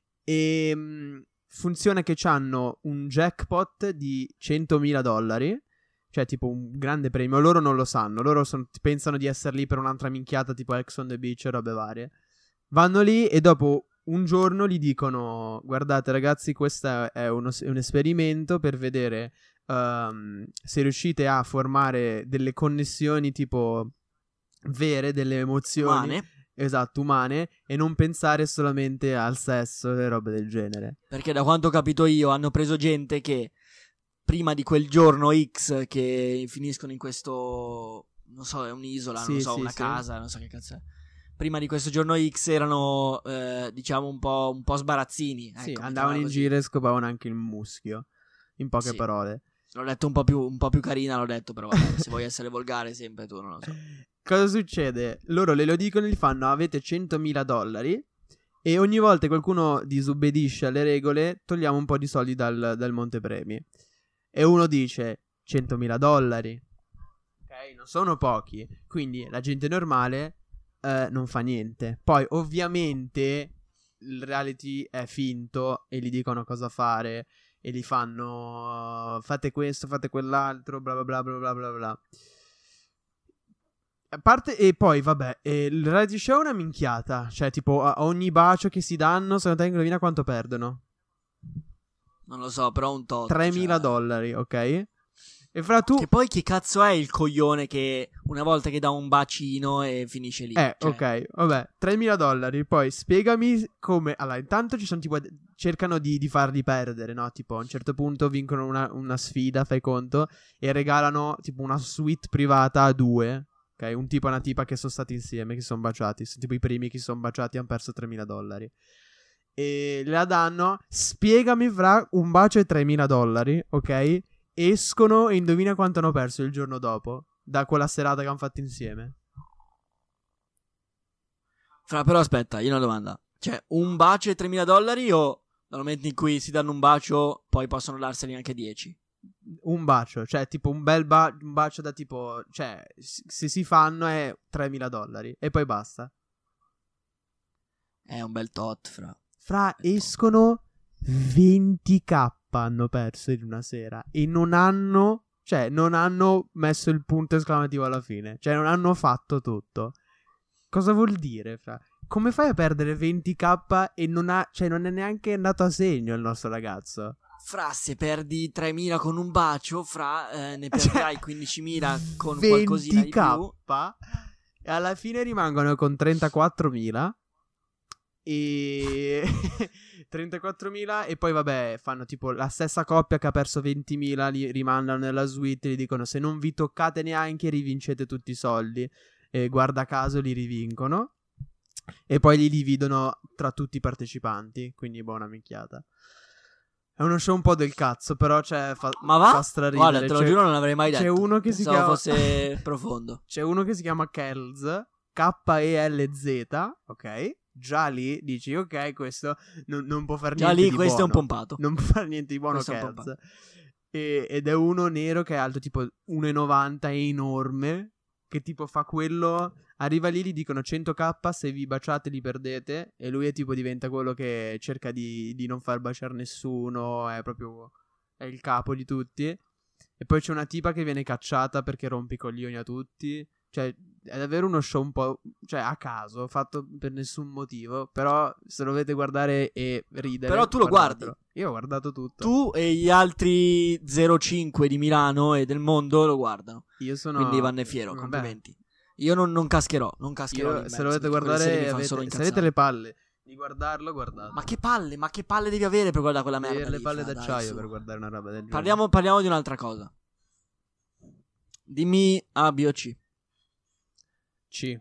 E mh, funziona che hanno un jackpot di centomila dollari, cioè tipo un grande premio. Loro non lo sanno, loro son- pensano di essere lì per un'altra minchiata tipo Ex on the Beach e robe varie. Vanno lì e dopo un giorno gli dicono: guardate ragazzi, questo è, uno- è un esperimento per vedere ehm, se riuscite a formare delle connessioni tipo vere, delle emozioni. Umane. Esatto, umane, e non pensare solamente al sesso e robe del genere. Perché da quanto ho capito io hanno preso gente che prima di quel giorno X che finiscono in questo, non so, è un'isola, Sì, non so, sì, una sì. casa, non so che cazzo è. prima di questo giorno X erano, eh, diciamo, un po', un po' sbarazzini. Ecco, Sì, andavano mettiamola in così. giro e scopavano anche il muschio, in poche Sì. parole. L'ho detto un po' più, un po' più carina, l'ho detto, però vabbè, se vuoi essere volgare sempre tu, non lo so. Cosa succede? Loro le lo dicono e gli fanno: avete centomila dollari e ogni volta che qualcuno disobbedisce alle regole togliamo un po' di soldi dal, dal montepremi. E uno dice centomila dollari. Ok, non sono pochi. Quindi la gente normale eh, non fa niente. Poi ovviamente il reality è finto e gli dicono cosa fare e gli fanno fate questo, fate quell'altro, bla bla bla bla bla bla bla. A parte, e poi vabbè, eh, il reality show è una minchiata. Cioè, tipo, a ogni bacio che si danno, secondo te, indovina quanto perdono? Non lo so, però un tot. tremila cioè... dollari, ok? E fra tu... Che poi che cazzo è il coglione che una volta che dà un bacino e finisce lì? Eh, Cioè, ok, vabbè, tremila dollari. Poi spiegami come... Allora, intanto ci sono tipo... Cercano di, di farli perdere, no? Tipo, a un certo punto vincono una, una sfida, fai conto, e regalano tipo una suite privata a due. Ok, un tipo e una tipa che sono stati insieme, che sono baciati. Sono tipo i primi che sono baciati, hanno perso tremila dollari. E la danno. Spiegami fra un bacio e tremila dollari, ok? Escono e indovina quanto hanno perso il giorno dopo, da quella serata che hanno fatto insieme. Fra, però aspetta, io ho una domanda. Cioè, un bacio e tremila dollari o dal momento in cui si danno un bacio poi possono darsene anche dieci? Un bacio, cioè tipo un bel ba- un bacio da tipo, cioè s- se si fanno è tremila dollari e poi basta. È un bel tot, fra. Fra, escono venti k hanno perso in una sera e non hanno, cioè non hanno messo il punto esclamativo alla fine, cioè non hanno fatto tutto. Cosa vuol dire, fra? Come fai a perdere venti k e non ha, cioè non è neanche andato a segno il nostro ragazzo? Fra, se perdi tremila con un bacio, fra, eh, ne Cioè, perderai quindicimila con qualcosina di più. venti k e alla fine rimangono con trentaquattromila e trentaquattromila e poi vabbè fanno tipo la stessa coppia che ha perso ventimila, li rimandano nella suite e gli dicono se non vi toccate neanche rivincete tutti i soldi e guarda caso li rivincono e poi li dividono tra tutti i partecipanti, quindi buona minchiata. È uno show un po' del cazzo, però cioè fa, Ma va? fa straridere. Guarda, te lo C'è- giuro non l'avrei mai detto. C'è uno che si Pensavo chiama fosse profondo. C'è uno che si chiama Kelz, K E L Z, ok? Già lì dici, ok, questo non, non può fare Già niente lì di questo è un buono. pompato. Non può fare niente di buono Questo è un Kelz. E- ed è uno nero che è alto tipo uno e novanta, è enorme, che tipo fa quello, arriva lì, gli dicono cento k, se vi baciate li perdete, e lui è tipo diventa quello che cerca di, di non far baciare nessuno, è proprio, è il capo di tutti. E poi c'è una tipa che viene cacciata perché rompe i coglioni a tutti. Cioè, è davvero uno show un po', cioè, a caso, fatto per nessun motivo. Però se lo dovete guardare e ridere, Però tu lo guardatelo. guardi. Io ho guardato tutto. Tu e gli altri zero cinque di Milano e del mondo lo guardano. Io sono... Quindi vanne fiero, Vabbè, complimenti. Io non, non cascherò, non cascherò lì Io, in se mezzo, lo dovete perché quelle serie guardare, mi fanno avete, solo se incazzare. avete le palle di guardarlo, guardate. Ma che palle, ma che palle devi avere per guardare quella Devi merda avere le lì, palle fra, dai, d'acciaio su. per guardare una roba del genere. Parliamo, parliamo di un'altra cosa. Dimmi A, B o C. C.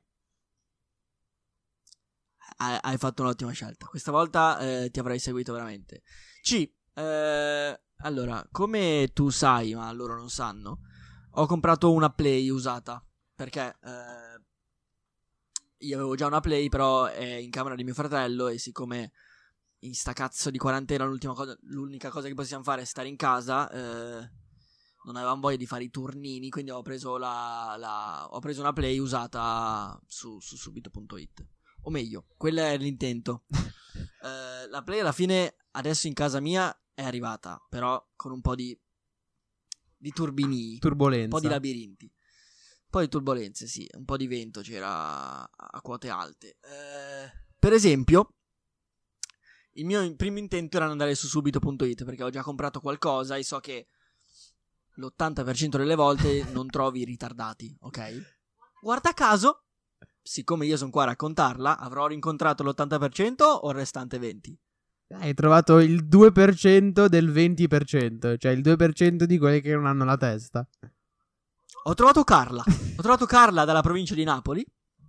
Hai, hai fatto un'ottima scelta. Questa volta eh, ti avrei seguito veramente. C. Eh, allora, come tu sai, ma loro non sanno, ho comprato una Play usata. Perché eh, io avevo già una Play, però è in camera di mio fratello. E siccome in sta cazzo di quarantena l'ultima cosa, l'unica cosa che possiamo fare è stare in casa, eh, non avevamo voglia di fare i turnini. Quindi ho preso, la, la, ho preso una Play usata su, su subito punto it. O meglio, quello è l'intento. uh, la Play alla fine adesso in casa mia è arrivata, però con un po' di di turbini, Turbolenza. un po' di labirinti, un po' di turbolenze, sì, un po' di vento c'era a quote alte. Uh, per esempio, il mio primo intento era andare su subito punto it perché ho già comprato qualcosa e so che l'ottanta per cento delle volte non trovi i ritardati, ok? Guarda caso, siccome io sono qua a raccontarla, avrò rincontrato l'ottanta per cento o il restante venti? Hai trovato il due per cento del venti per cento. Cioè il due per cento di quelli che non hanno la testa. Ho trovato Carla. Ho trovato Carla dalla provincia di Napoli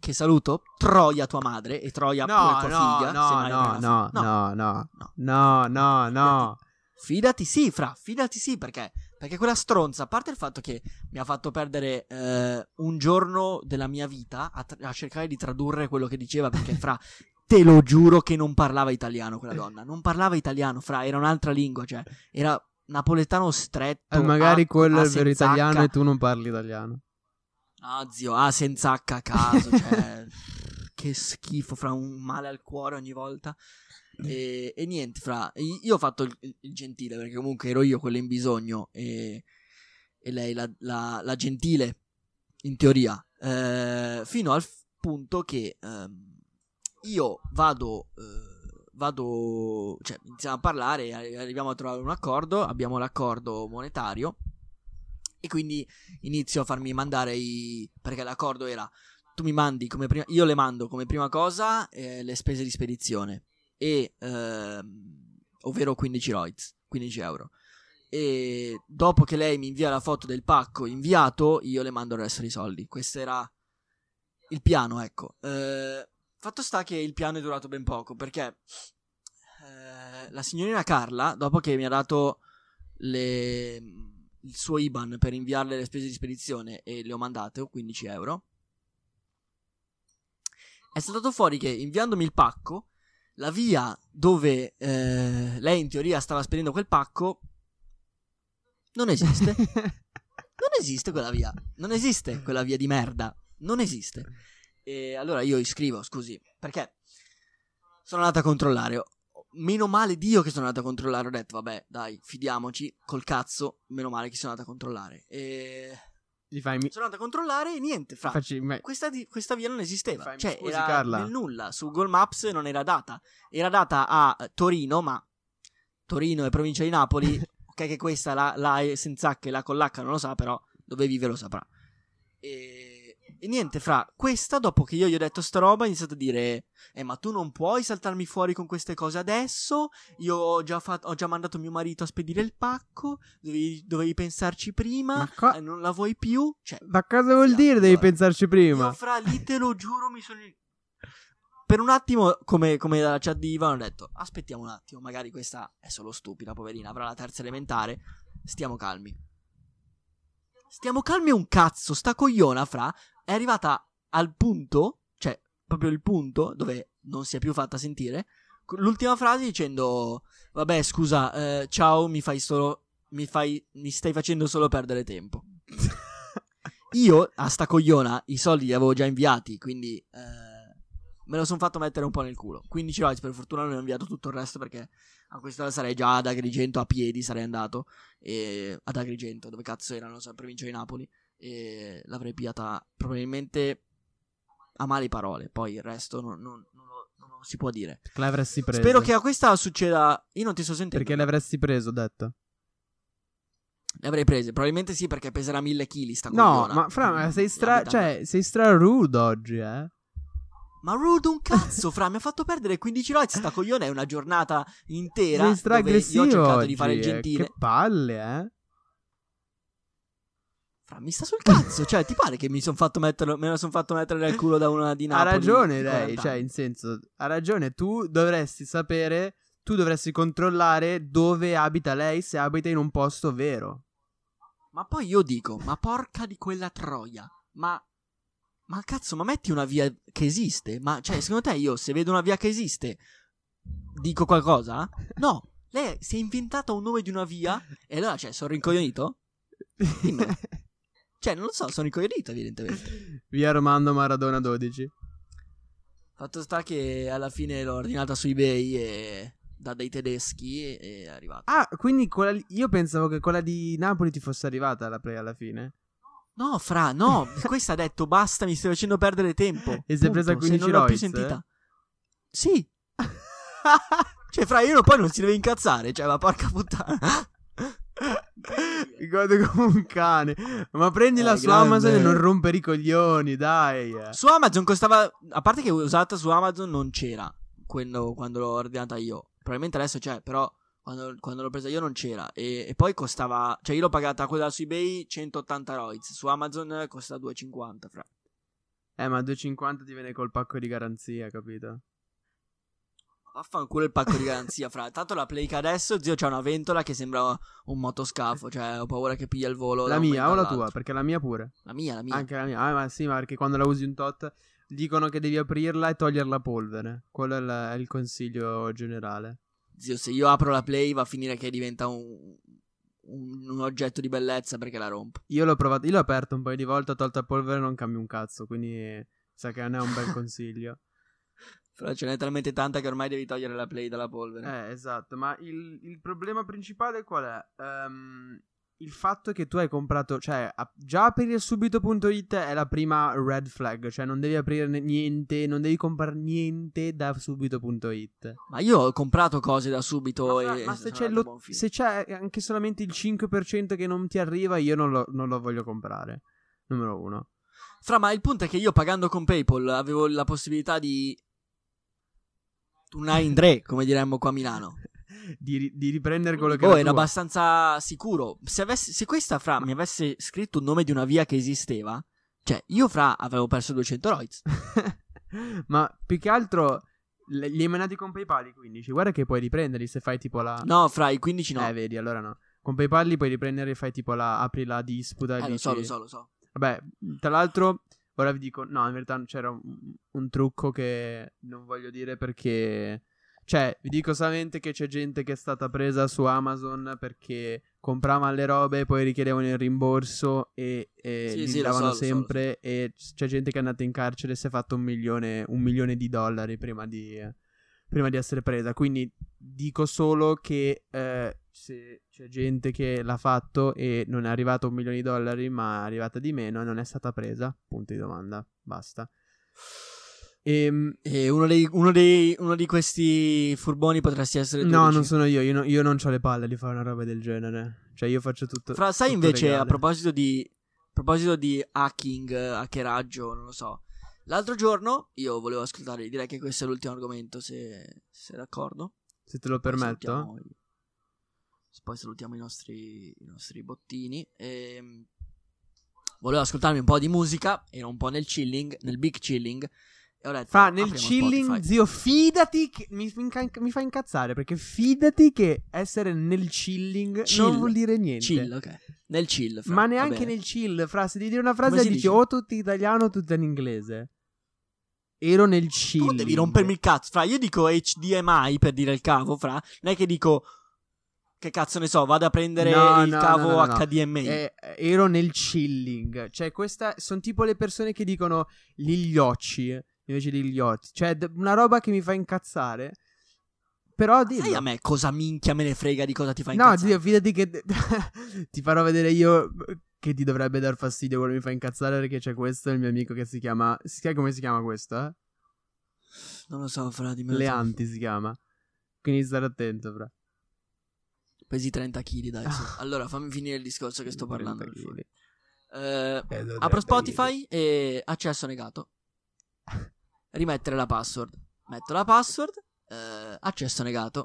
che saluto, Troia tua madre e Troia No, pure tua no, figlia. no, se mai no, avrà no, figli. no, no, no, no, no. Fidati sì, fra, fidati sì, perché? Perché quella stronza, a parte il fatto che mi ha fatto perdere eh, un giorno della mia vita a, tra- a cercare di tradurre quello che diceva, perché fra, te lo giuro che non parlava italiano quella donna, non parlava italiano, fra, era un'altra lingua, cioè, era napoletano stretto. E magari A- quello a è il vero senza italiano H. e tu non parli italiano. Ah, zio, ah, senza H a caso, cioè, che schifo, fra, un male al cuore ogni volta. E, e niente, fra, io ho fatto il, il gentile, perché comunque ero io quello in bisogno e, e lei la, la, la gentile, in teoria, eh, fino al f- punto che ehm, io vado, eh, vado, cioè iniziamo a parlare, arri- arriviamo a trovare un accordo, abbiamo l'accordo monetario e quindi inizio a farmi mandare i, perché l'accordo era, tu mi mandi come prima, io le mando come prima cosa eh, le spese di spedizione. E ehm, ovvero quindici roids, quindici euro. E dopo che lei mi invia la foto del pacco inviato, io le mando il resto dei soldi. Questo era il piano, ecco. Eh, fatto sta che il piano è durato ben poco, perché eh, la signorina Carla, dopo che mi ha dato le, il suo I B A N per inviarle le spese di spedizione e le ho mandate quindici euro, è saltato fuori che inviandomi il pacco, la via dove eh, lei in teoria stava spedendo quel pacco non esiste. Non esiste quella via. Non esiste quella via di merda. Non esiste. E allora io iscrivo, scusi, perché sono andato a controllare. Meno male Dio che sono andato a controllare. Ho detto, vabbè, dai, fidiamoci. Col cazzo, meno male che sono andato a controllare. E Gli fai mi... sono andato a controllare e niente, fra. Facci... ma- Questa, di- questa via non esisteva. Fai- Cioè, scusi, era Carla. nel nulla. Su Google Maps non era data. Era data a eh, Torino, ma Torino e provincia di Napoli. Ok, che questa la, la è senza H e la con l'H non lo sa, però dove vive lo saprà. E, e niente, fra. Questa, dopo che io gli ho detto sta roba, ha iniziato a dire: Eh, ma tu non puoi saltarmi fuori con queste cose adesso. Io ho già, fatto, ho già mandato mio marito a spedire il pacco. Dovevi, dovevi pensarci prima. Ma qua- eh, non la vuoi più? Cioè, Ma cosa vuol dire? Devi allora, pensarci prima. io fra lì te lo giuro mi sono... Per un attimo, come, come dalla chat di Ivan, ho detto aspettiamo un attimo, magari questa è solo stupida, poverina, avrà la terza elementare, stiamo calmi. Stiamo calmi un cazzo, sta cogliona, fra, è arrivata al punto, cioè proprio il punto dove non si è più fatta sentire, l'ultima frase dicendo vabbè scusa, eh, ciao, mi fai solo, mi fai, mi stai facendo solo perdere tempo. Io a sta cogliona i soldi li avevo già inviati, quindi eh, me lo sono fatto mettere un po' nel culo. quindici rights, per fortuna non ho inviato tutto il resto, perché a quest'ora sarei già ad Agrigento a piedi, sarei andato e ad Agrigento, dove cazzo erano, in provincia di Napoli, e l'avrei piata probabilmente a male parole. Poi il resto non, non, non, lo, non lo si può dire. L'avresti preso. Spero che a questa succeda. Io non ti sto sentendo. Perché l'avresti preso, ho detto. Le avrei prese, probabilmente sì, perché peserà mille chili sta No, cogliona. ma fra, ma sei La stra... vita- Cioè, sei stra rude oggi, eh. Ma rude un cazzo, fra, mi ha fatto perdere quindici rights. Sta coglione è una giornata intera Sei stra dove io ho aggressivo cercato oggi, di fare il eh. gentile. Che palle, eh. Fra, mi sta sul cazzo, cioè, ti pare che mi son fatto mettere, me lo sono fatto mettere nel culo da una di Ha Napoli? ragione di lei, quaranta cioè, anni? in senso, ha ragione. Tu dovresti sapere, tu dovresti controllare dove abita lei, se abita in un posto vero. Ma poi io dico, ma porca di quella troia, ma... Ma cazzo, ma metti una via che esiste? Ma, cioè, secondo te io, se vedo una via che esiste, dico qualcosa? No, lei si è inventata un nome di una via e allora, cioè, sono rincoglionito? Dimmelo. Cioè, non lo so, sono rincoglionito, evidentemente. Via Romando Maradona dodici. Fatto sta che alla fine l'ho ordinata su eBay e... da dei tedeschi e è arrivata. Ah, quindi quella lì- io pensavo che quella di Napoli ti fosse arrivata alla play alla fine. No, fra, no, questa ha detto basta, mi stai facendo perdere tempo. E si è presa Punto, se quindici non l'ho più Royce, sentita. Sì. Cioè, fra, io poi non si deve incazzare, cioè, ma porca puttana. Mi godo come un cane. Ma prendila Eh, su grande. Amazon e non rompere i coglioni, dai. Su Amazon costava, a parte che usata su Amazon non c'era quando, quando l'ho ordinata io. Probabilmente adesso c'è, però quando, quando l'ho presa io non c'era. E, e poi costava, cioè io l'ho pagata quella su eBay centottanta roids, su Amazon costa due e cinquanta, fra. Eh, ma due e cinquanta ti viene col pacco di garanzia, capito? Vaffanculo il pacco di garanzia, fra. Tanto la Playca adesso, zio, c'ha una ventola che sembra un motoscafo. Cioè, ho paura che piglia il volo. La da un mia o momento la tua? all'altro. Perché la mia pure. La mia, la mia. Anche la mia. Ah, ma sì, ma perché quando la usi un tot dicono che devi aprirla e togliere la polvere. Quello è, la- è il consiglio generale. Zio, se io apro la Play va a finire che diventa un, un, un oggetto di bellezza perché la rompo. Io l'ho provato, io l'ho aperto un paio di volte, ho tolto la polvere e non cambia un cazzo, quindi sa che non è un bel consiglio. Però ce n'è talmente tanta che ormai devi togliere la Play dalla polvere. Eh, esatto, ma il, il problema principale qual è? Ehm, il fatto che tu hai comprato, cioè, a- già aprire subito punto it è la prima red flag, cioè non devi aprire ne- niente, non devi comprare niente da subito punto it. Ma io ho comprato cose da subito Ma, fra- e ma sono se, c'è andate a lo- buon fine. se c'è anche solamente il cinque per cento che non ti arriva, io non lo, non lo voglio comprare. Numero uno. Fra, ma il punto è che io pagando con PayPal avevo la possibilità di tunare in tre, come diremmo qua a Milano. di, ri- di riprendere quello che Oh, era era tuo. abbastanza sicuro. Se, avessi, se questa Fra mi avesse scritto un nome di una via che esisteva, cioè io Fra avevo perso duecento roids. Ma più che altro le- li hai mandati con PayPal i quindici. Guarda che puoi riprenderli se fai tipo la... No, Fra i quindici no. Eh, vedi, allora no. Con PayPal li puoi riprendere e fai tipo la... apri la disputa e Eh, lo dici... so, lo so, lo so. Vabbè, tra l'altro, ora vi dico... No, in verità c'era un, un trucco che non voglio dire perché... Cioè, vi dico solamente che c'è gente che è stata presa su Amazon perché compravano le robe, poi richiedevano il rimborso e, e Sì, li sì, lo davano so, lo so, sempre. E c'è gente che è andata in carcere e si è fatto un milione, un milione di dollari prima di, prima di essere presa. Quindi dico solo che eh, se c'è gente che l'ha fatto e non è arrivato a un milione di dollari, ma è arrivata di meno e non è stata presa, punto di domanda, basta. Ehm, E uno, dei, uno, dei, uno di questi furboni potresti essere tu. no, dici? non sono io, io, no- io non ho le palle di fare una roba del genere. Cioè io faccio tutto. Fra, sai tutto invece, legale. a proposito di a proposito di hacking, hackeraggio, non lo so. L'altro giorno io volevo ascoltare, direi che questo è l'ultimo argomento, se se sei d'accordo. Se te lo Poi permetto. salutiamo i- Poi salutiamo i nostri, i nostri bottini. E volevo ascoltarmi un po' di musica. Ero un po' nel chilling, nel big chilling. E ho detto, Fa nel apriamo chilling, Spotify. zio, fidati che mi, mi inca- mi fa incazzare perché fidati che essere nel chilling Chill. non vuol dire niente. Chill, ok. Nel chill. Fra, Ma va neanche bene. nel chill, fra, se devi dire una frase Come si dici dice? o tutto in italiano o tutto in inglese. Ero nel chilling. Tu devi rompermi il cazzo. Fra, io dico H D M I per dire il cavo, fra. Non è che dico, che cazzo ne so, vado a prendere No, il no, cavo no, no, no. H D M I. Eh, ero nel chilling. Cioè, questa sono tipo le persone che dicono gli occhi invece degli occhi. Cioè, d- una roba che mi fa incazzare. Però dillo. Sai a me cosa minchia me ne frega di cosa ti fa No, incazzare? zio, fidati che ti farò vedere io che ti dovrebbe dar fastidio quello che mi fa incazzare perché c'è questo, il mio amico che si chiama... Si chiama come si chiama questo, eh? Non lo so, fra, dimmelo tu. Leanti si chiama. Quindi stare attento, fra. Pesi trenta chili, dai, su. Allora, fammi finire il discorso che sto parlando. trenta per favore. chili. Eh, Peso apro trenta Spotify e accesso negato. Rimettere la password. Metto la password, eh, accesso negato.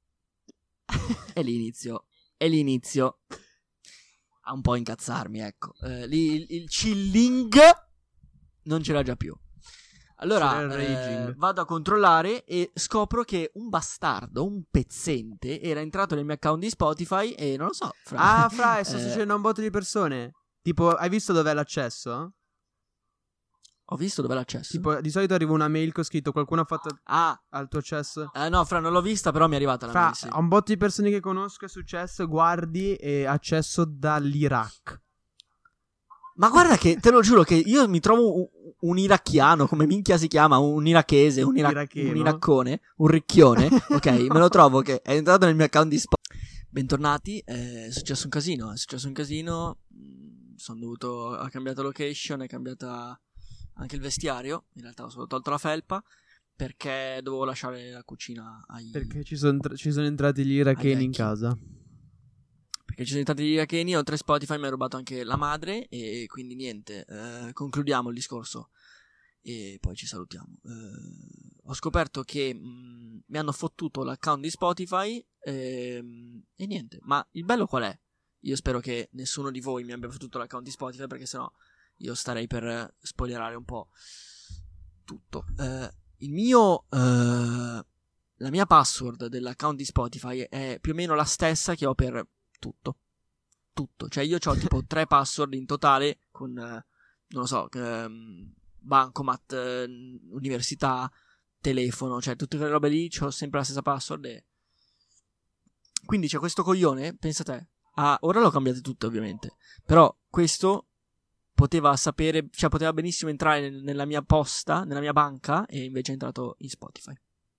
E lì inizio. E lì inizio a un po' incazzarmi, ecco. Eh, lì il, il chilling non c'era già più. Allora, C'era il raging. eh, vado a controllare e scopro che un bastardo, un pezzente, era entrato nel mio account di Spotify e non lo so. Fra, Ah, fra, sta eh, succedendo a un botto di persone. Tipo, hai visto dov'è l'accesso? Ho visto dov'è l'accesso. Tipo, di solito arriva una mail con scritto qualcuno ha fatto Ah, al tuo accesso. eh, no, Fra, non l'ho vista, però mi è arrivata la Fra, mail, sì. a un botto di persone che conosco è successo, guardi, e accesso dall'Iraq. Ma guarda che, te lo giuro, che io mi trovo un, un iracchiano, come minchia si chiama, un irachese, un, ira- Iracheno. un iraccone, un ricchione, ok? Me lo trovo che è entrato nel mio account di Spotify. Bentornati, eh, è successo un casino, è successo un casino, mh, sono dovuto, ha cambiato location, è cambiata anche il vestiario, in realtà ho solo tolto la felpa, perché dovevo lasciare la cucina ai... Perché ci sono, tra- ci sono entrati gli iracheni in vecchi. casa. Perché ci sono stati gli iracheni, oltre a Spotify mi ha rubato anche la madre e quindi niente, eh, concludiamo il discorso e poi ci salutiamo. Eh, ho scoperto che mh, mi hanno fottuto l'account di Spotify ehm, e niente, ma il bello qual è? Io spero che nessuno di voi mi abbia fottuto l'account di Spotify perché sennò io starei per spoilerare un po' tutto. Eh, il mio eh, la mia password dell'account di Spotify è più o meno la stessa che ho per tutto. Tutto. Cioè io ho tipo tre password in totale con, eh, non lo so, ehm, bancomat, eh, università, telefono, cioè tutte quelle robe lì, ho sempre la stessa password e... Quindi c'è questo coglione, pensa te, ah, ora l'ho cambiate tutte ovviamente, però questo poteva sapere, cioè poteva benissimo entrare nel- nella mia posta, nella mia banca, e invece è entrato in Spotify.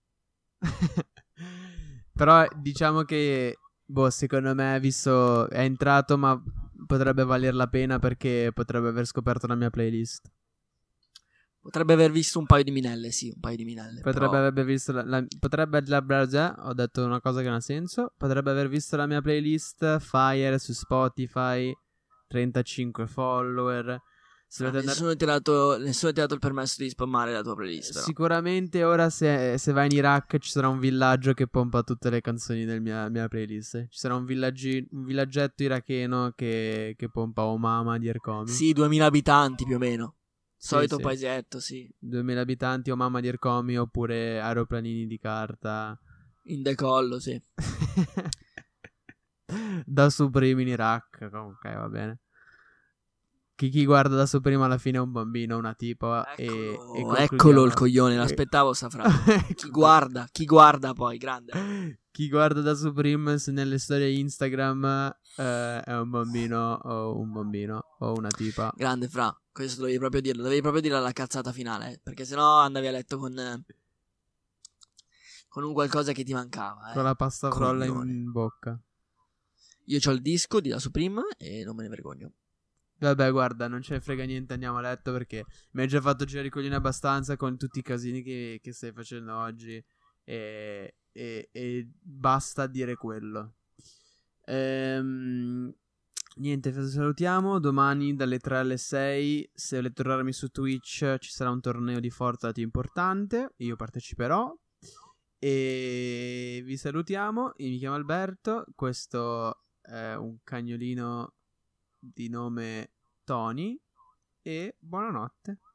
Però diciamo che, boh, secondo me, visto è entrato, ma potrebbe valer la pena perché potrebbe aver scoperto la mia playlist. Potrebbe aver visto un paio di minelle, sì, un paio di minelle. Potrebbe però... aver visto la, la- potrebbe la browser, ho detto una cosa che non ha senso. Potrebbe aver visto la mia playlist Fire su Spotify, trentacinque follower. Se Ah, volete andare- nessuno, ti ha dato, nessuno ti ha dato il permesso di spammare la tua playlist, però. Sicuramente ora se, se vai in Iraq ci sarà un villaggio che pompa tutte le canzoni della mia, mia playlist. Ci sarà un, villaggi- un villaggetto iracheno che, che pompa Omama di Ercomi. Sì, duemila abitanti più o meno. Sì, Solito sì. paesetto, sì. duemila abitanti, Omama di Ercomi, oppure aeroplanini di carta. In decollo, sì. Da Supreme in Iraq. Ok, va bene. Chi, chi guarda da Supreme alla fine è un bambino, una tipa. E, e Eccolo, concludiamo- eccolo il coglione, e- l'aspettavo sta frase. Chi guarda, chi guarda poi, grande. Chi guarda da Supreme se nelle storie Instagram eh, è un bambino o un bambino o una tipa. Grande, fra. Questo dovevi proprio dirlo. Dovevi proprio dire alla cazzata finale. eh, Perché sennò andavi a letto con. eh, con un qualcosa che ti mancava. Eh. Con la pasta frolla Coglione. in bocca. Io ho il disco di La Supreme e non me ne vergogno. Vabbè, guarda, non ce ne frega niente, andiamo a letto perché mi hai già fatto girare i coglioni abbastanza con tutti i casini che, che stai facendo oggi. E, e, e basta dire quello. Ehm, niente, vi salutiamo. Domani dalle tre alle sei, se volete trovarmi su Twitch, ci sarà un torneo di Fortnite importante. Io parteciperò. E vi salutiamo. Io mi chiamo Alberto. Questo è un cagnolino di nome Tony. E buonanotte.